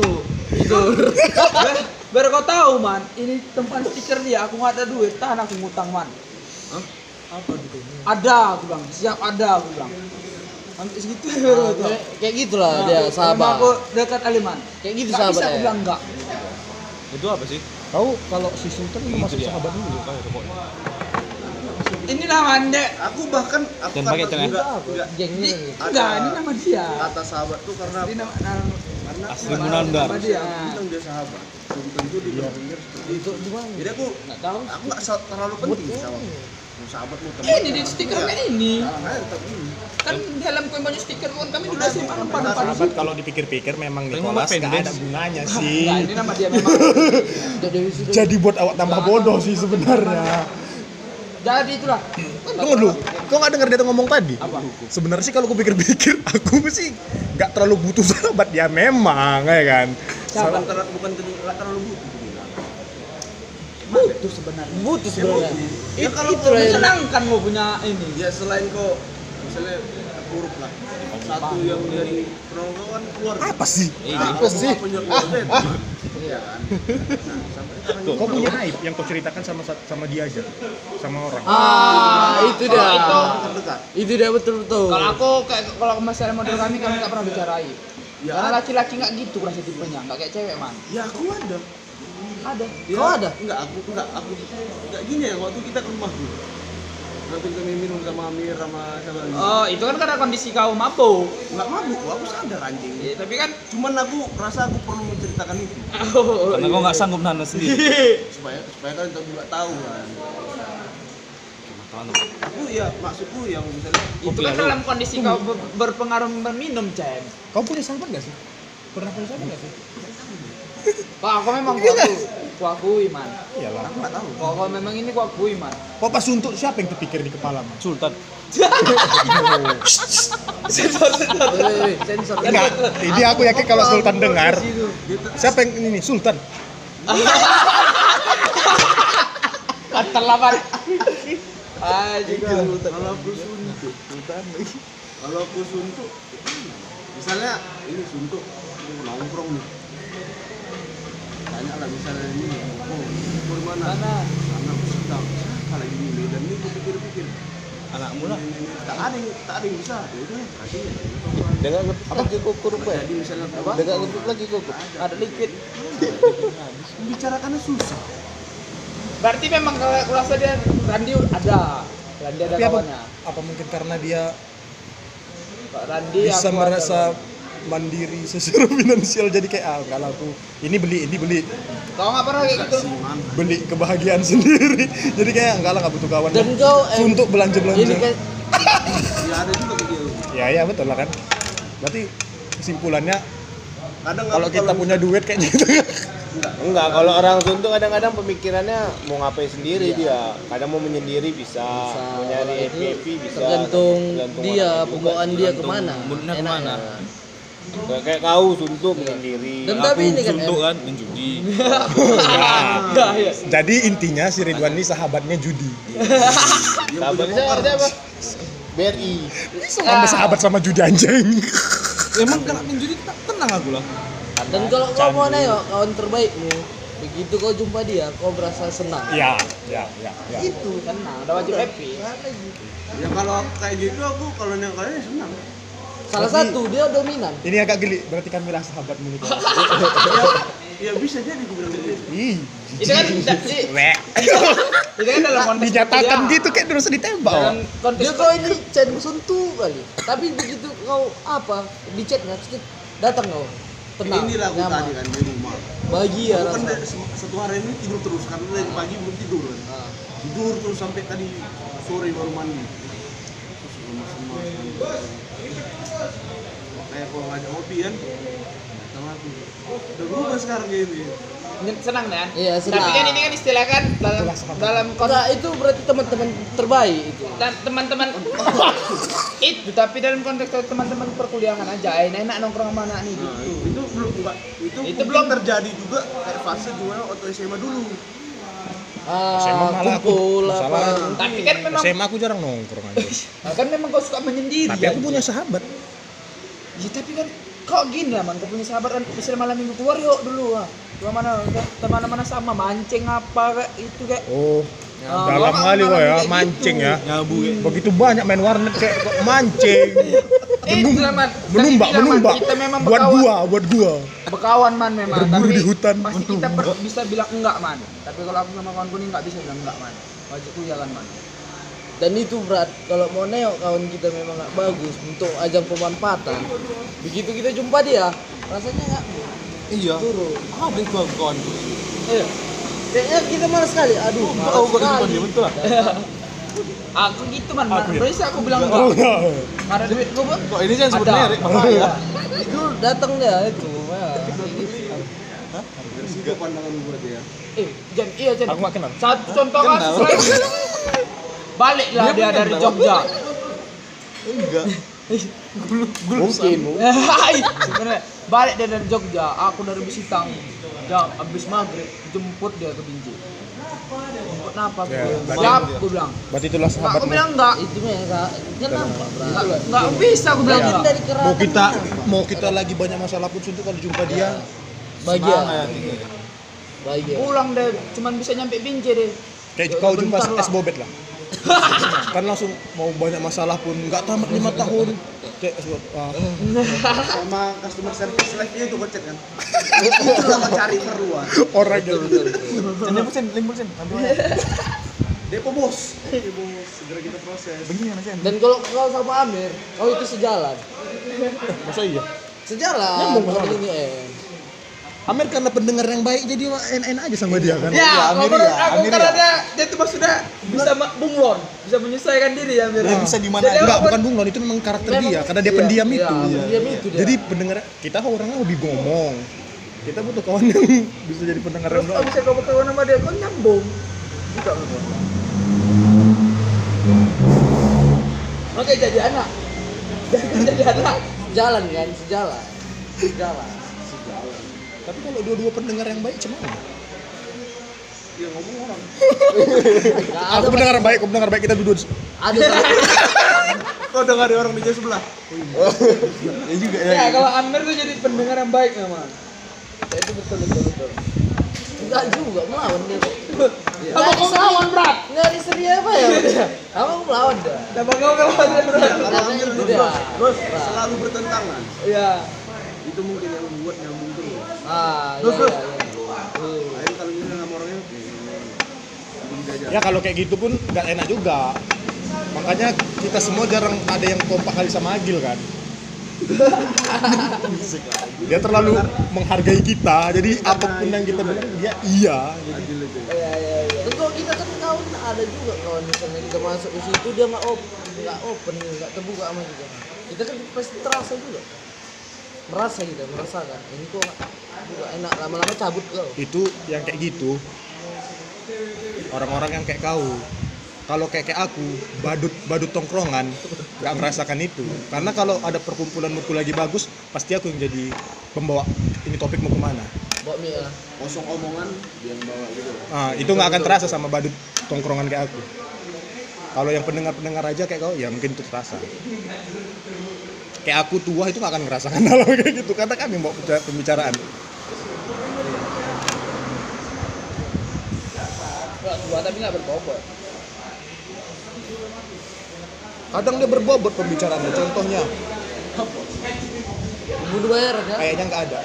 Biar kau tahu man, ini tempat stiker dia, aku nggak ada duit, tahan aku ngutang man. Apa gitu? Ada, aku bilang, siap ada, aku bilang. Sampai segitu ya baru kau tahu. Kayak gitulah dia Memang sahabat. aku dekat Aliman. Kayak gitu Nggak sahabat bisa aku ya. bilang enggak. Itu apa sih? Kau kalau si Sultan Itu masuk dia. sahabat dulu. Kayak pokoknya. Inilah mandek. Aku bahkan aku Jangan pakai karena celana. enggak Geng ini nih. Enggak, ini nama dia. kata sahabat tuh karena Ini karena Asli Munandar. nama dia. bilang dia sahabat. Belum tentu dia berpikir seperti itu. Itu di mana? Jadi aku Nggak tahu. nggak terlalu penting sama sahabat mau teman. Ini di stikernya ini. Makanya tetap ini. Kan dalam banyak stiker pun kami dulu sih empat Sahabat kalau dipikir-pikir memang Tapi Nicholas ngomong nggak ada pendek. gunanya Enggak, sih. ini nama dia memang. Jadi buat awak tambah bodoh sih sebenarnya. Jadi itulah. Tunggu dulu, kau nggak dengar dia tuh ngomong tadi? Apa? Sebenarnya sih kalau aku pikir-pikir, aku sih nggak terlalu butuh sahabat dia memang, ya kan? Sahabat Bukan nggak terlalu butuh aku bilang. butuh sebenarnya. Butuh sebenarnya. Ya kalau Itu lah yang Menyenangkan mau punya ini. ya selain kok misalnya buruk lah. Satu yang dari penongkongan keluarga. Apa sih? Apa sih? Punya keluarga itu. Iya kan. Nah, sampai sekarang Kau punya aib yang kau ceritakan sama dia aja, sama orang. itu dia. Itu. terdekat. Itu dia betul-betul. Kalau aku kayak kalau masalah model kami nggak pernah bicara aib. Ya, Karena laki-laki nggak gitu rasa tipenya, nggak kayak cewek man. ya aku ada. Ada. Ya, Kau ada? Enggak, aku enggak gini ya waktu kita ke rumahku. Nanti kami minum sama Amir sama siapa lagi. Oh, itu kan karena kondisi kau mabuk. Enggak mabuk, aku sadar anjing. Ya, tapi kan Cuman aku rasa aku perlu menceritakan itu Karena kau nggak sanggup nahan sendiri. supaya kalian juga tahu kan. Aku ya maksudku yang misalnya itu kan dalam kondisi kau berpengaruh minum, Cem. Kau punya sahabat nggak sih? Pernah punya sahabat nggak sih? Kok aku memang kuakui man. Iyalah. aku enggak tahu. Kok kau memang ini kuakui man. Kok pas untuk siapa yang terpikir di kepala mas? Sultan. Sensor. Enggak, ini aku yakin kalau Sultan dengar, siapa yang ini Sultan? Kantor lapan. Ah, juga. Kalau aku suntuk, kalau aku suntuk, misalnya ini suntuk, aku nongkrong nih. Tanya lah misalnya ini, oh, di mana? Mana? Karena aku sedang, kalau ini Medan ini aku pikir-pikir. Anakmu lah. Tak ada yang bisa. Ya udah, kasih. Dengan ngetut lagi kukur apa ya? Jadi misalnya apa? Dengan ngetut lagi kukur. Ada liquid. Membicarakannya susah. Berarti memang kalau aku rasa dia Randi ada. Randi ada Tapi apa, kawannya. apa mungkin karena dia Pak Randi bisa aku merasa ada. mandiri secara finansial jadi kayak enggak lah aku ini beli Kau nggak pernah kayak gitu? beli kebahagiaan sendiri jadi kayak enggak lah nggak butuh kawan Dan kau untuk belanja ini kan Ya ada juga kayak gitu. ya betul lah kan berarti kesimpulannya Kadang kalau aku kita punya duit kayak gitu Enggak, kalau orang suntuk kadang-kadang pemikirannya mau ngapain sendiri dia. Kadang mau menyendiri bisa, mau nyari Itu happy bisa. tergantung dia, orang juga. pembawaan dia kemana. moodnya Enaknya. kemana. Kayak kau suntuk menyendiri. Dan tapi ini kan Suntuk kan menjudi. Enggak ya. jadi intinya si Ridwan ini sahabatnya judi Sahabatnya siapa? BRI. sama sahabat sama judi anjing Emang kena menjudi tenang aku lah. dan kalau kau mau nengok kawan terbaikmu, begitu kau jumpa dia, kau berasa senang. ya Itu kan nah, udah wajib happy. Ya kalau kayak gitu aku kalau yang kalian senang. Salah satu dia dominan. ini agak geli berarti kami lah sahabatmu nih Ya bisa jadi gue bilang gitu. ih Itu kan itu kan dalam konteks dinyatakan dia. gitu kayak terus ditembak Dalam konteks Dia kau ini chat suntuk kali. Tapi begitu kau apa di chatnya, sedikit datang kau. Tenang. Inilah aku nyaman. tadi kan di rumah. Bahagia Aku kan rasa. satu hari ini tidur terus karena dari pagi belum tidur kan. Ah. Tidur terus sampai tadi sore baru mandi. Terus lemas-lemas kan. kayak kalau ngajak ngopi kan sama aku udah berubah sekarang gini. Senang kan? Iya, senang. Tapi kan ini kan istilah kan dalam Nah, itu berarti teman-teman terbaik itu. dan teman-teman itu, tapi dalam konteks teman-teman perkuliahan aja enak nongkrong sama anak nih Nah, gitu. itu belum enggak itu Itu mungkin belum terjadi juga kayak fase gimana waktu SMA dulu. SMA malah aku kumpul apa. masalah. Tapi kan memang SMA aku jarang nongkrong aja. kan memang kau suka menyendiri. Tapi aku punya sahabat. Ya tapi kan kok gini lah man, kau punya sahabat kan bisa malam minggu keluar yuk dulu ah. Kemana-mana sama mancing apa kayak itu kayak. Oh, Ah, dalam gua kali malah kok ya, kayak gitu. mancing ya. Nyabu ya. Begitu banyak main warnet kayak kok mancing. Itu lah man. Menumbak, Tapi bilang, Man, menumbak. kita memang Buat gua. bekawan man memang. Berburu Tapi di hutan. Pasti kita bisa bilang enggak man. Tapi kalau aku sama kawanku ini enggak bisa bilang enggak man. Wajibku ya kan man. Dan itu berat kalau mau nengok kawan kita memang nggak bagus untuk ajang pemanfaatan. Begitu kita jumpa dia, rasanya nggak Iya. turun. Ada itu kawan. Iya. Kayaknya kita malas sekali. Aduh, malas Tahu kok sekali. dia betul lah. Aku gitu man. Aku ya? Bisa aku bilang Oh, enggak. enggak. Ada duit gua Bang. Kok ini jangan sebut Ada. merek bahaya. Itu datang dia itu. Ya. Dari situ pandangan gue dia. Jan, iya Jan. Aku nggak kenal. Satu contoh Kenal. kasus lagi. Baliklah dia dari Jogja. Enggak. Mungkin. Hai, sebenarnya balik dia dari Jogja, aku dari Besitang. Jam habis maghrib jemput dia ke Binjai. Jemput apa? Ya, berarti- Siap, gue bilang. Berarti itulah Enggak, aku sahabatmu. bilang enggak. Itu mah yang nampak berat. Enggak bisa aku bilang Mungkin enggak. dari keratan. Mau kita lagi banyak masalah pun untuk kalau jumpa dia bahagia. Semangat. Bahagia. Pulang deh, cuman bisa nyampe Binjai deh. kayak kau jumpa Bentar lah. es bobet lah. Kan langsung mau banyak masalah pun nggak tamat 5 tahun. Kayak es bobet. Sama customer service live-nya itu kocet kan. Itu lah mencari keruan. Orang gitu. Limpul sen. Depo bos. Segera kita proses. Begini Mas Sen. Dan kalau kau sama Amir, kau itu sejalan. Masa iya? Sejalan. Nyambung Kalau sama. ini Amir karena pendengar yang baik jadi enak aja sama dia kan. Ya, Amir menurut ya, aku Amir karena ya. dia tuh sudah bisa bunglon, bisa menyesuaikan diri ya Amir. Dia bisa di mana Jadi aja. Enggak, apa- bukan bunglon, itu memang karakter Memang- dia karena dia iya, pendiam iya, itu. pendiam itu dia. Jadi pendengar kita orangnya hobi ngomong. Kita butuh kawan yang bisa jadi pendengar yang Terus kalau baik. bisa kau berkawan sama dia, kau nyambung. Juga Oke, jadi anak. Jadi anak. Jalan kan, sejalan. Sejalan. Tapi kalau dua-dua pendengar yang baik cemana? Ya ngomong orang. Nggak Aku pendengar baik, aku pendengar baik kita dua. ada satu. Kau dengar ada orang di jauh sebelah. Ya juga Ya, kalau Amir tuh jadi pendengar yang baik memang. Ya, itu betul. Enggak juga melawan dia. Apa kau melawan berat? Nyari seri apa ya? Kamu melawan dah. Apa kau melawan berat? Kalau Amir itu itu dia. bos selalu bertentangan. Iya. Itu mungkin yang membuat nyambung terus. Ah, Terus, iya, terus. iya, iya. Lain kalau misalnya sama orangnya beda aja. Ya kalau kayak gitu pun nggak enak juga. Makanya kita semua jarang ada yang kompak kali sama Agil kan. Dia terlalu menghargai kita, jadi apapun yang kita bilang dia iya. Adil aja. Dan kalau kita kan kawan ada juga kawan misalnya kita masuk ke situ dia nggak open, nggak terbuka sama kita. Kita kan pasti terasa juga. Merasakan. Ini kok nggak enak lama-lama cabut kau. Itu yang kayak gitu. Orang-orang yang kayak kau. Kalau kayak aku, badut tongkrongan, nggak merasakan itu. Karena kalau ada perkumpulan mutu lagi bagus, pasti aku yang jadi pembawa. Ini topik mau kemana? Bawa mie lah. Kosong omongan dia yang bawa gitu. Ah, itu nggak akan terasa sama badut tongkrongan kayak aku. Kalau yang pendengar aja kayak kau, ya mungkin itu terasa. Kayak aku tua itu nggak akan ngerasakan hal kayak gitu karena kami bawa pembicaraan. Enggak tua tapi enggak berbobot. Kadang dia berbobot pembicaraannya. Contohnya, Bunuh bayaran ya. kayaknya nggak ada.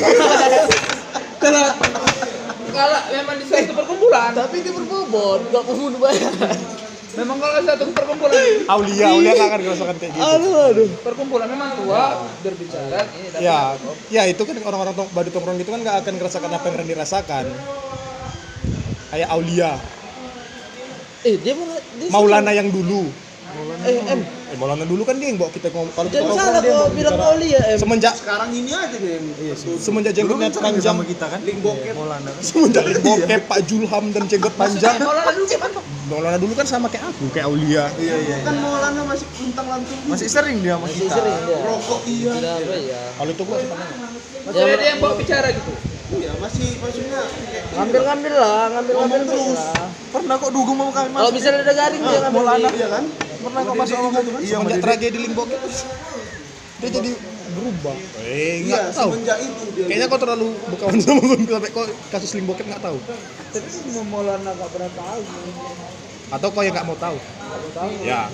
Kalau memang di suatu perkumpulan, Tapi dia berbobot, nggak membunuh bayaran. memang kalau satu perkumpulan Aulia nggak akan ngerasakan kayak gitu. Aduh. perkumpulan memang tua berbicara ini tapi Ya itu kan orang-orang badut tongkrong gitu kan nggak akan ngerasakan apa yang Randy rasakan. Kayak Aulia, Dia Maulana yang dulu. M. Maulana dulu kan dia yang bawa kita ngomong. Kalau kita Jangan ngomong salah dia kok bawa bilang bicara. Oli ya, Em. Semenjak Sekarang ini aja nih. semenjak jenggotnya panjang, kita kan. Link bokep. semenjak link bokep Pak Julham dan jenggot panjang. Maulana dulu kayak apa? Maulana dulu kan sama kayak aku, kayak Aulia. Kan Maulana masih luntang lantung. Masih sering dia sama Masih kita. sering dia. Rokok iya. Tidak apa ya. Kalau itu gua suka nanya. Maksudnya dia yang bawa bicara gitu. Iya, maksudnya kayak Ngambil lah. terus. Pernah kok dugung mau kami Kalau bisa ada garing dia ngambil. Maulana. Iya kan? Pernah kok masuk sama itu kan? Iya, semenjak tragedi link bokep dia jadi berubah. Iya, Nggak tahu. semenjak itu dia. Kayaknya kau terlalu berkawan sama gue sampai kau kasus link bokep nggak tahu. Tapi semua Maulana nggak pernah tahu. Atau kau yang nggak mau tahu? Ya.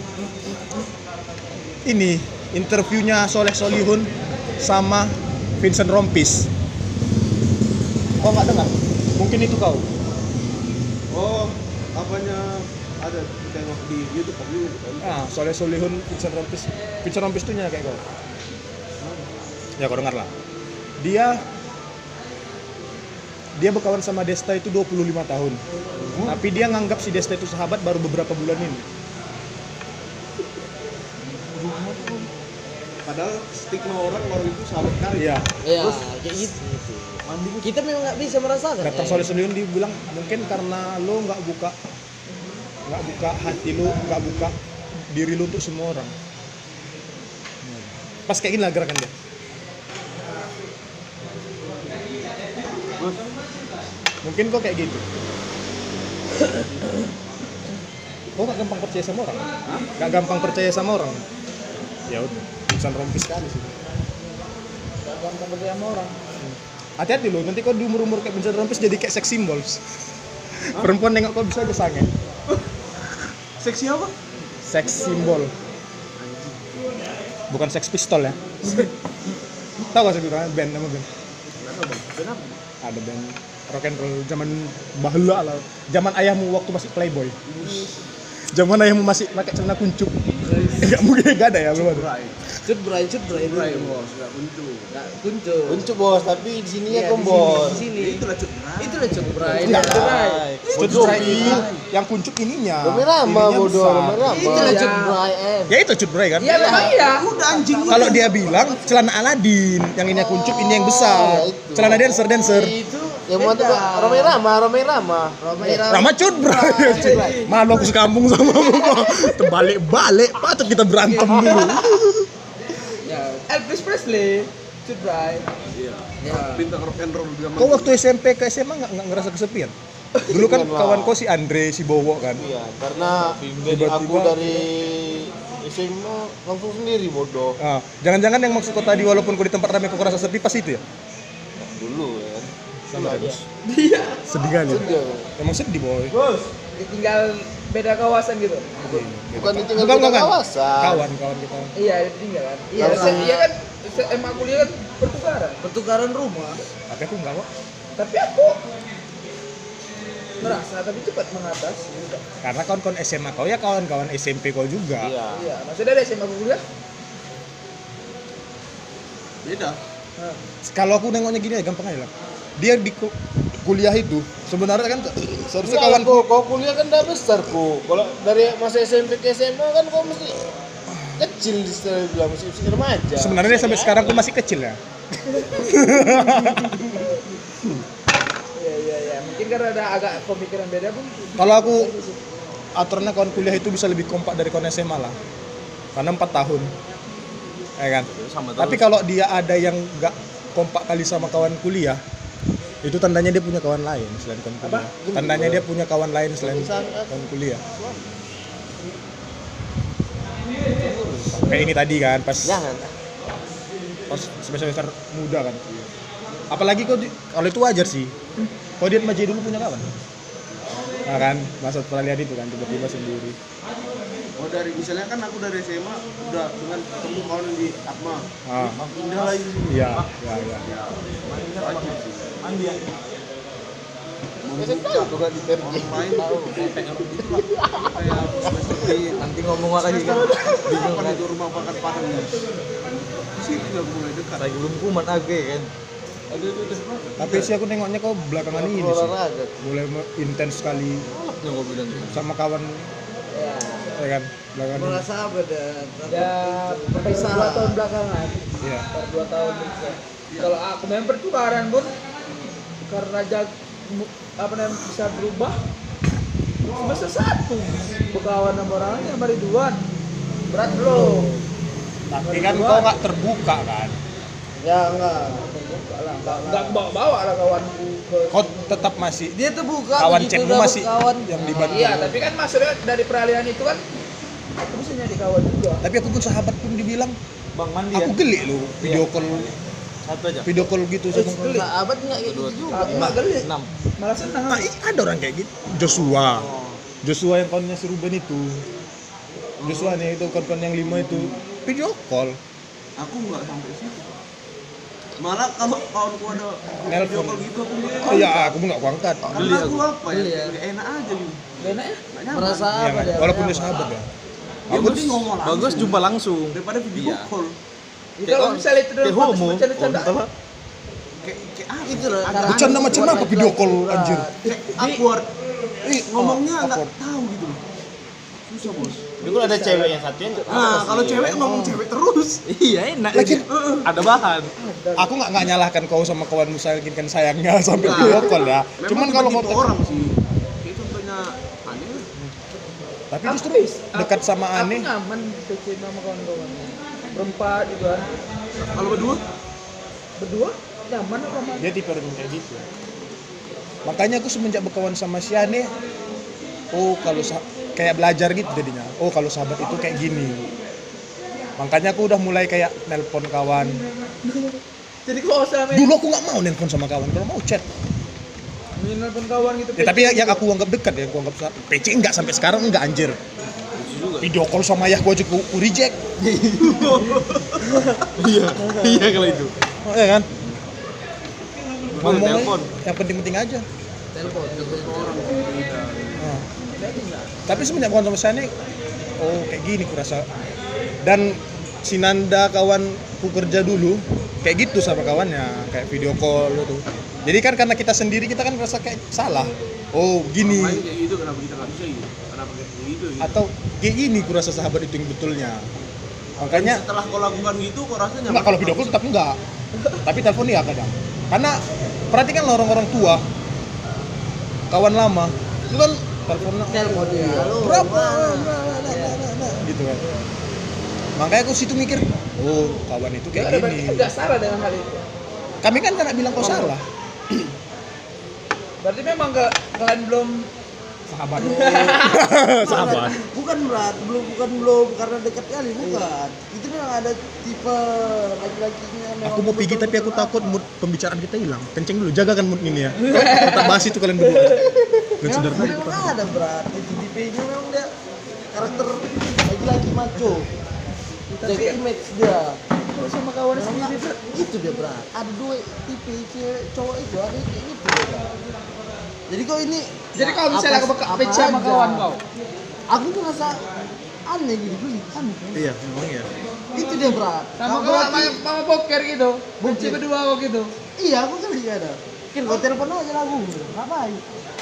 Ini interviewnya Soleh Solihun sama Vincent Rompis. Kau nggak dengar? Mungkin itu kau. Oh, apanya ada tengok di YouTube kan? Ah, Soleh Solihun, Vincent Rompis. Vincent Rompis tuh kayak kau. Ya kau dengar lah. Dia berkawan sama Desta itu 25 tahun. Tapi dia nganggap si Desta itu sahabat baru beberapa bulan ini. Padahal stigma orang itu sahabat karib. Iya. Ya, kayak gitu. Kita memang nggak bisa merasakan. Dr. Soleh Solihun dia bilang mungkin karena lo nggak buka hati lo, nggak buka diri lo untuk semua orang. Pas kayak gini lah gerakan dia. Mungkin kok kayak gitu. Kok nggak gampang percaya sama orang? Nggak gampang percaya sama orang. Ya udah, Vincent Rompis sekali sih. Nggak gampang percaya sama orang. Hati-hati lo, nanti kau di umur-umur kayak Vincent Rompis jadi kayak seks symbol. Perempuan nengok kau bisa aja sange. Seksi apa? Seks simbol. Bukan seks pistol ya. Tahu gak sih band nama band? Ada band rock and roll zaman bahula lah. Zaman ayahmu waktu masih playboy. Zaman ayahmu masih pakai celana kuncup. Enggak mungkin enggak ada ya belum ada. Cut Bray. Bos, enggak muncul. Nggak kuncup. Kuncup bos, tapi di sininya Iya, kok di bos. sini. Itulah cut. Itulah Cut Bray. Enggak. Cut Bray. Cut Bray itu yang kuncup ininya. Rame Rama Ininya bodoh, besar. Rame Rama. Itulah Cut Bray, Em. Ya itu Cut Bray kan? Iya memang iya. Udah anjing. Kalau dia bilang celana Aladin, yang ininya kuncup, ini yang besar. itu. Celana dancer. Itu Yang mau tuh Rame Rama. Rama Cut Bray. Malu aku sekampung sama kamu kok. Terbalik-balik, patut kita berantem dulu. Ya, Elvis Presley, Cut Bray. Iya. Ya. Bintang rock and roll zaman. Kau waktu SMP ke SMA nggak ngerasa kesepian? Dulu kan kawan kau si Andre, si Bowo kan. Iya, karena jadi aku Tiba-tiba- dari SMA langsung sendiri bodoh. Ah, jangan-jangan yang maksud kau tadi walaupun kau di tempat ramai kau ngerasa sepi pas itu ya? Dulu ya. Sama Iya, terus. Dia Sedih kali. Sudah. Emang sedih boy. ditinggal beda kawasan gitu. Bukan ditinggal Bukan, beda bukan. kawasan. Kawan kita. Iya, ditinggal kan. Iya, Karena- iya kan SMA kuliah kan pertukaran. pertukaran rumah. Tapi aku enggak kok. Tapi aku merasa tapi cepat mengatas. Karena kawan-kawan SMA kau ya kawan-kawan SMP kau juga. Iya. Iya, maksudnya dari SMA kuliah. Beda. Nah, Kalau aku nengoknya gini ya gampang aja lah. Dia di kuliah itu sebenarnya kan seharusnya Enggak, kawan kau kuliah kan udah besar ku. Kalau dari masa SMP ke SMA kan kau mesti kecil istilah bilang masih remaja. sebenarnya dia sampai sekarang aku masih kecil ya. iya. Mungkin karena ada agak pemikiran beda pun. Kalau aku aturannya kawan kuliah itu bisa lebih kompak dari kawan SMA lah. Karena 4 tahun. Ya kan? Tapi kalau dia ada yang nggak kompak kali sama kawan kuliah, itu tandanya dia punya kawan lain selain kawan kuliah. Tandanya dia punya kawan lain selain kawan kuliah. Kayak ini tadi kan pas Jangan. semester muda kan. Apalagi kalau itu wajar sih. Kalau dia Maji dulu punya kawan. Nah kan, masa peralihan itu kan tiba-tiba sendiri. Oh dari misalnya kan aku dari SMA udah dengan ketemu kawan di Atma. Ah. Pindah lagi sini. Iya. Wajib sih. Mandi ya. Membuka Bukan deterjen. orang main kayak semester di Nanti ngomong lagi kan. bingung kan itu rumah makan Padang ya. Di situ udah mulai dekat. Saya belum kumat age kan. Tapi sih aku nengoknya kok belakangan ini sih. Olahraga. Mulai intens sekali Yang gue bilang tuh. sama kawan ya kan? Belakangan ini. merasa apa dah? Ya, per 2 tahun belakangan. Iya. Per 2 tahun. Kalau aku member tuh karen pun karena apa namanya bisa berubah cuma satu berkawan sama orangnya sama Ridwan berat bro. Tapi kan kau nggak terbuka kan? Ya enggak. Nggak bawa lah kawanku ke Kau tetap masih Dia terbuka kawan begitu chatmu udah masih berkawan. yang dibantu. iya tapi kan maksudnya dari peralihan itu kan aku bisa nyari kawan juga. Tapi aku pun sahabat pun dibilang Bang Mandi aku ya. gelik lu video call Satu aja. video call gitu sama kau. Sahabat enggak kayak gitu juga. Aku nggak gelit 6. malah senang. Nah, ada orang kayak gitu. Joshua yang kawannya si Ruben itu. Joshua nih itu kawan yang 5 itu video call. Aku nggak sampai situ. Malah kalau kawanku ada Nelpon. video call gitu aku nggak Oh, iya, aku pun nggak kuangkat. karena aku apa ya? Geli ya. Nggak enak aja gitu. Gak enak ya? Nggak nyaman. Merasa Iya, apa kan? dia? Walaupun dia nyaman. sahabat ya. Yang penting ngomong langsung. Bagus jumpa langsung. Daripada video call. Kalau misalnya itu dalam Kayak konteks homo. bercanda-canda Kayak apa? Itu loh. Agak cara Bercanda aneh macam buat apa video call laki-laki, anjir? Brat. kayak awkward. Ngomongnya nggak awkward. tahu gitu loh. Susah bos. Jadi kalau ada cewek yang satu yang Nah kalau cewek ngomong cewek terus. Iya enak lagi. Ada bahan. Aku nggak nyalahkan kau sama kawanmu kan sayangnya sampai Nah, video call ya. Memang Cuman kalau begitu kau orang sih. Kayak contohnya aneh. tapi justru dekat sama Aku aneh. nyaman PC sama kawan-kawan. Berempat juga. Kalau berdua? Berdua nyaman sama. Dia tipe orang kayak gitu. Makanya aku semenjak berkawan sama si Ane, oh kalau kayak belajar gitu jadinya. Oh kalau sahabat itu kayak gini. Makanya aku udah mulai kayak nelpon kawan. Jadi kok sama Dulu aku nggak mau nelpon sama kawan, kalau mau chat. nelpon kawan gitu. Ya, tapi yang aku anggap dekat ya, aku anggap PC enggak sampai sekarang enggak anjir. Video call sama ayah gua aja ku reject. Iya kalau itu. Oh, ya kan? Mau Ngomong telepon. aja, yang penting-penting aja. Telepon orang. Nah. Tapi semenjak kawan sama saya nih, oh kayak gini kurasa. Dan si Nanda kawan ku kerja dulu kayak gitu sama kawannya, kayak video call itu. Jadi kan karena kita sendiri kita kan merasa kayak salah. Oh gini. Main kayak gitu kenapa kita nggak bisa gitu? Kenapa kayak gitu? Atau kayak gini kurasa sahabat itu yang betulnya. Makanya Setelah kau lakukan gitu kau rasanya enggak, kalau video call tetap enggak. Tapi telepon iya kadang. Karena perhatikan orang-orang tua, kawan lama, itu kan Telepon dia. Halo. berapa gitu kan. Makanya aku situ mikir, oh kawan itu kayak gini. Enggak salah dengan hal itu. Kami kan nggak bilang kau salah. Berarti memang kalian belum Sahabat. Sahabat. Bukan berat, belum karena dekat kali bukan. Itu memang ada tipe laki-lakinya memang. Aku mau pergi tapi aku takut mood pembicaraan kita hilang. Kenceng dulu, jaga kan mood ini ya. Kita bahas itu kalian berdua. Dan saudara tadi Memang ada berat. Itu tipenya memang dia karakter laki-laki maco. Jaga image dia. kalau sama kawan Memang sendiri. Bro. itu dia berat. Ada dua tipe cewek cowok itu ada yang kayak gitu. Brat. Jadi kau ini Jadi kalau misalnya apa- ke apa PC sama aja. kawan kau. Aku tuh rasa aneh gitu beli aneh. Iya, memang ya. Itu dia berat. Sama Kalau kawan laki- sama poker gitu. PC Boker. berdua kok gitu. Iya, aku kali ada. Mungkin kau telepon aja lagu. Ngapain?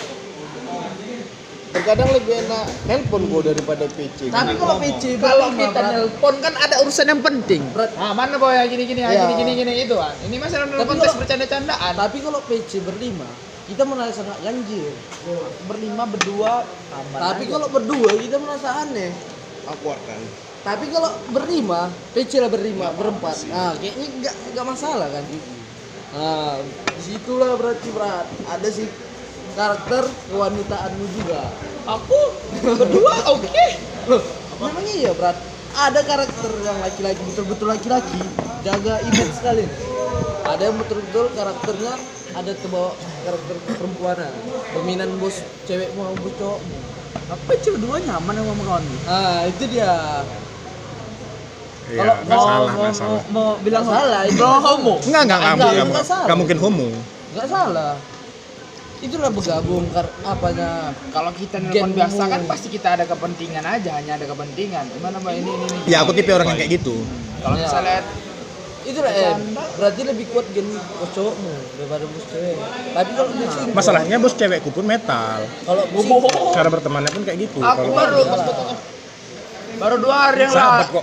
terkadang lebih enak nelpon gua daripada PC. Tapi kalau PC Kalau berlima, kita berat. nelpon kan ada urusan yang penting. Berat. Ah, mana boy gini-gini, Iya. gini itu kan. Ini masalah dalam Tapi konteks kalau- bercanda-candaan. Tapi kalau PC berlima, kita merasa sangat ganjil. Berlima berdua aman. Tapi aja. kalau berdua kita merasa aneh. Aku kan. Tapi kalau berlima, PC lah berlima, berempat. Nah, kayaknya enggak masalah kan. Nah, disitulah berarti berat. Ada sih karakter kewanitaanmu juga. aku berdua oke. Loh, memang iya berat. Ada karakter yang laki-laki betul-betul laki-laki, jaga image sekali. Ada yang betul-betul karakternya ada terbawa karakter perempuanan. Dominan bos cewekmu sama bos cowokmu. Aku PC berdua nyaman sama kawan. Ah, itu dia. Iya, Kalau nggak salah, nggak salah. Mau bilang Nggak salah, itu. homo. Enggak, Nggak salah. nggak mungkin homo. Enggak salah. Itulah bergabung apanya. Kalau kita Genmu. nelpon biasa kan pasti kita ada kepentingan aja, hanya ada kepentingan. Gimana mbak ini. Ya aku tipe orang yang kayak gitu. Kalau Ya. misalnya Itulah berarti lebih kuat gen bos cowokmu daripada bos cewek. Tapi kalau dia single, Masalahnya bos cewekku pun metal. kalau single, Cara bertemannya pun kayak gitu. aku Kalau baru Baru 2 hari yang Sahabat lalu. kok.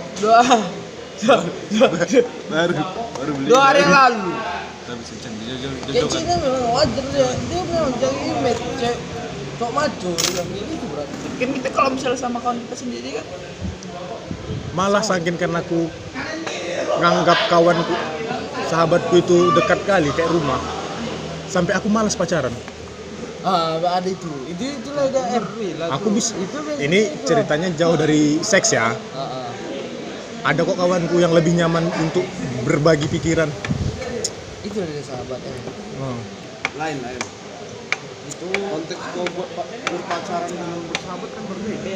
baru beli. 2 hari yang lalu. Tapi sencen jauh Ya Cina memang wajar dia memang jaga image cok maco bilang gitu berarti. Kan kita kalau misalnya sama kawan kita sendiri kan Malah saking karena aku nganggap kawanku, sahabatku itu dekat kali kayak rumah. Sampai aku malas pacaran. Ada itulah ada RP lah. Aku bisa. itu Ini ceritanya jauh dari seks ya. Ada kok kawanku yang lebih nyaman untuk berbagi pikiran. itu dari sahabatnya. Lain. Itu konteks kau buat berpacaran dengan bersahabat kan berbeda.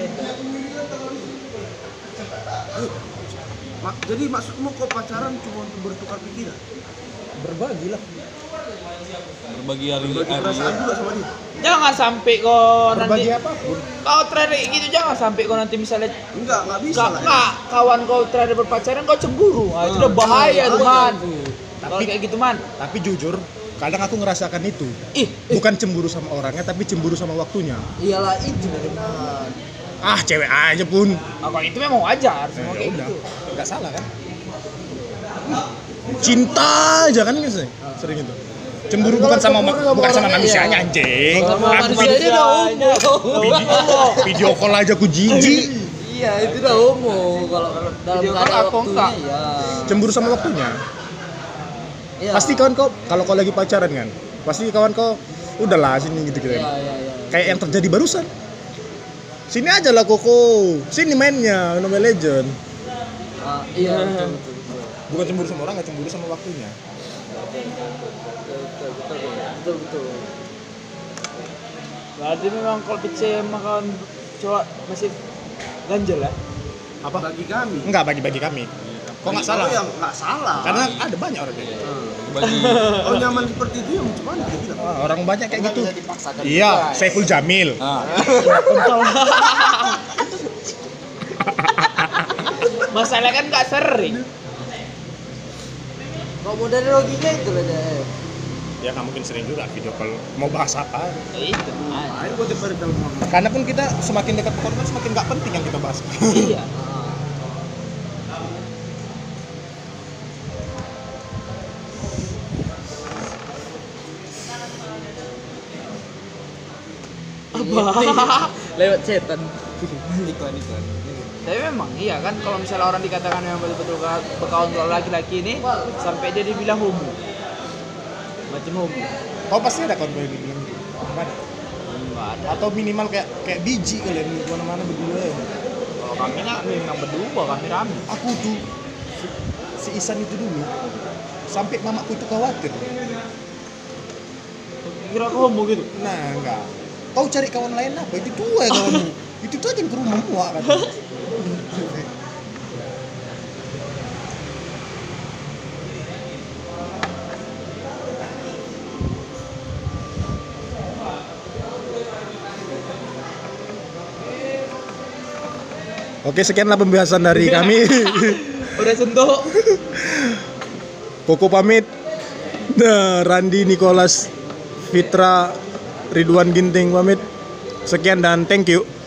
Jadi maksudmu kau pacaran cuma untuk bertukar pikiran? Berbagi lah. berbagi hari Berbagi perasaan juga sama dia? jangan sampai kau Berbagi nanti apapun. kau terakhir gitu, jangan sampai kau nanti misalnya Enggak bisa lah. nggak kawan kau terakhir berpacaran kau cemburu. Itu udah bahaya tuh man. Kalau kayak gitu man. Tapi jujur, kadang aku ngerasakan itu. Ih, Bukan cemburu sama orangnya, tapi cemburu sama waktunya. Iyalah itu dari mana? Cewek aja pun. kalau itu memang wajar semua Ya kayak udah, gitu. nggak salah kan? Cinta aja kan biasanya, sering itu. Cemburu bukan sama manusianya anjing. Sama Aku manusianya udah video call aja aku jijik. Iya itu udah homo kalau dalam Video call keadaan aku waktu enggak. ini, ya. Cemburu sama waktunya. Iya. Pasti kawan kau kalau kau lagi pacaran kan, pasti kawan kau udahlah sini gitu Iya. Kayak yang terjadi barusan. Sini aja lah Koko. Sini mainnya Mobile Legend. Iya betul. Bukan cemburu sama orang, nggak cemburu sama waktunya. Betul. Berarti memang kalau PC sama kawan cowok masih ganjel ya. Apa? Bagi kami. Enggak bagi kami. Kok nggak salah? Yang nggak salah. Karena ada banyak orang kayak gitu. bagi Kalau nyaman seperti itu ya macam mana dia bilang? Orang banyak kayak gitu. Iya, Saiful Jamil. Masalah kan nggak sering. Kalau mau dari logika itu lah deh. Ya nggak mungkin sering juga video call. Mau bahas apa? Itu. Ayo kau daripada telepon. Karena pun kita semakin dekat korban semakin nggak penting yang kita bahas. Iya. Lewat setan. iklan. Tapi memang iya kan kalau misalnya orang dikatakan memang betul-betul berkawan kalau laki-laki ini sampai dia dibilang homo. Macam homo. Kau pasti ada kawan yang bilang gitu. Ada. Enggak ada. Atau minimal kayak biji kalian di mana-mana berdua ya. Kalau kami nggak memang berdua, kami rame. Aku tuh si Isan itu dulu sampai mamaku itu khawatir. Kira aku homo gitu. Nah, enggak. Kau cari kawan lain apa? Itu tuh ya kawanmu. Itu tuh aja yang ke rumah muak kan. Oke, sekianlah pembahasan dari kami. Udah sentuh. Koko pamit. Nah, Randi, Nicholas, Fitra, Ridwan Ginting pamit. Sekian dan thank you.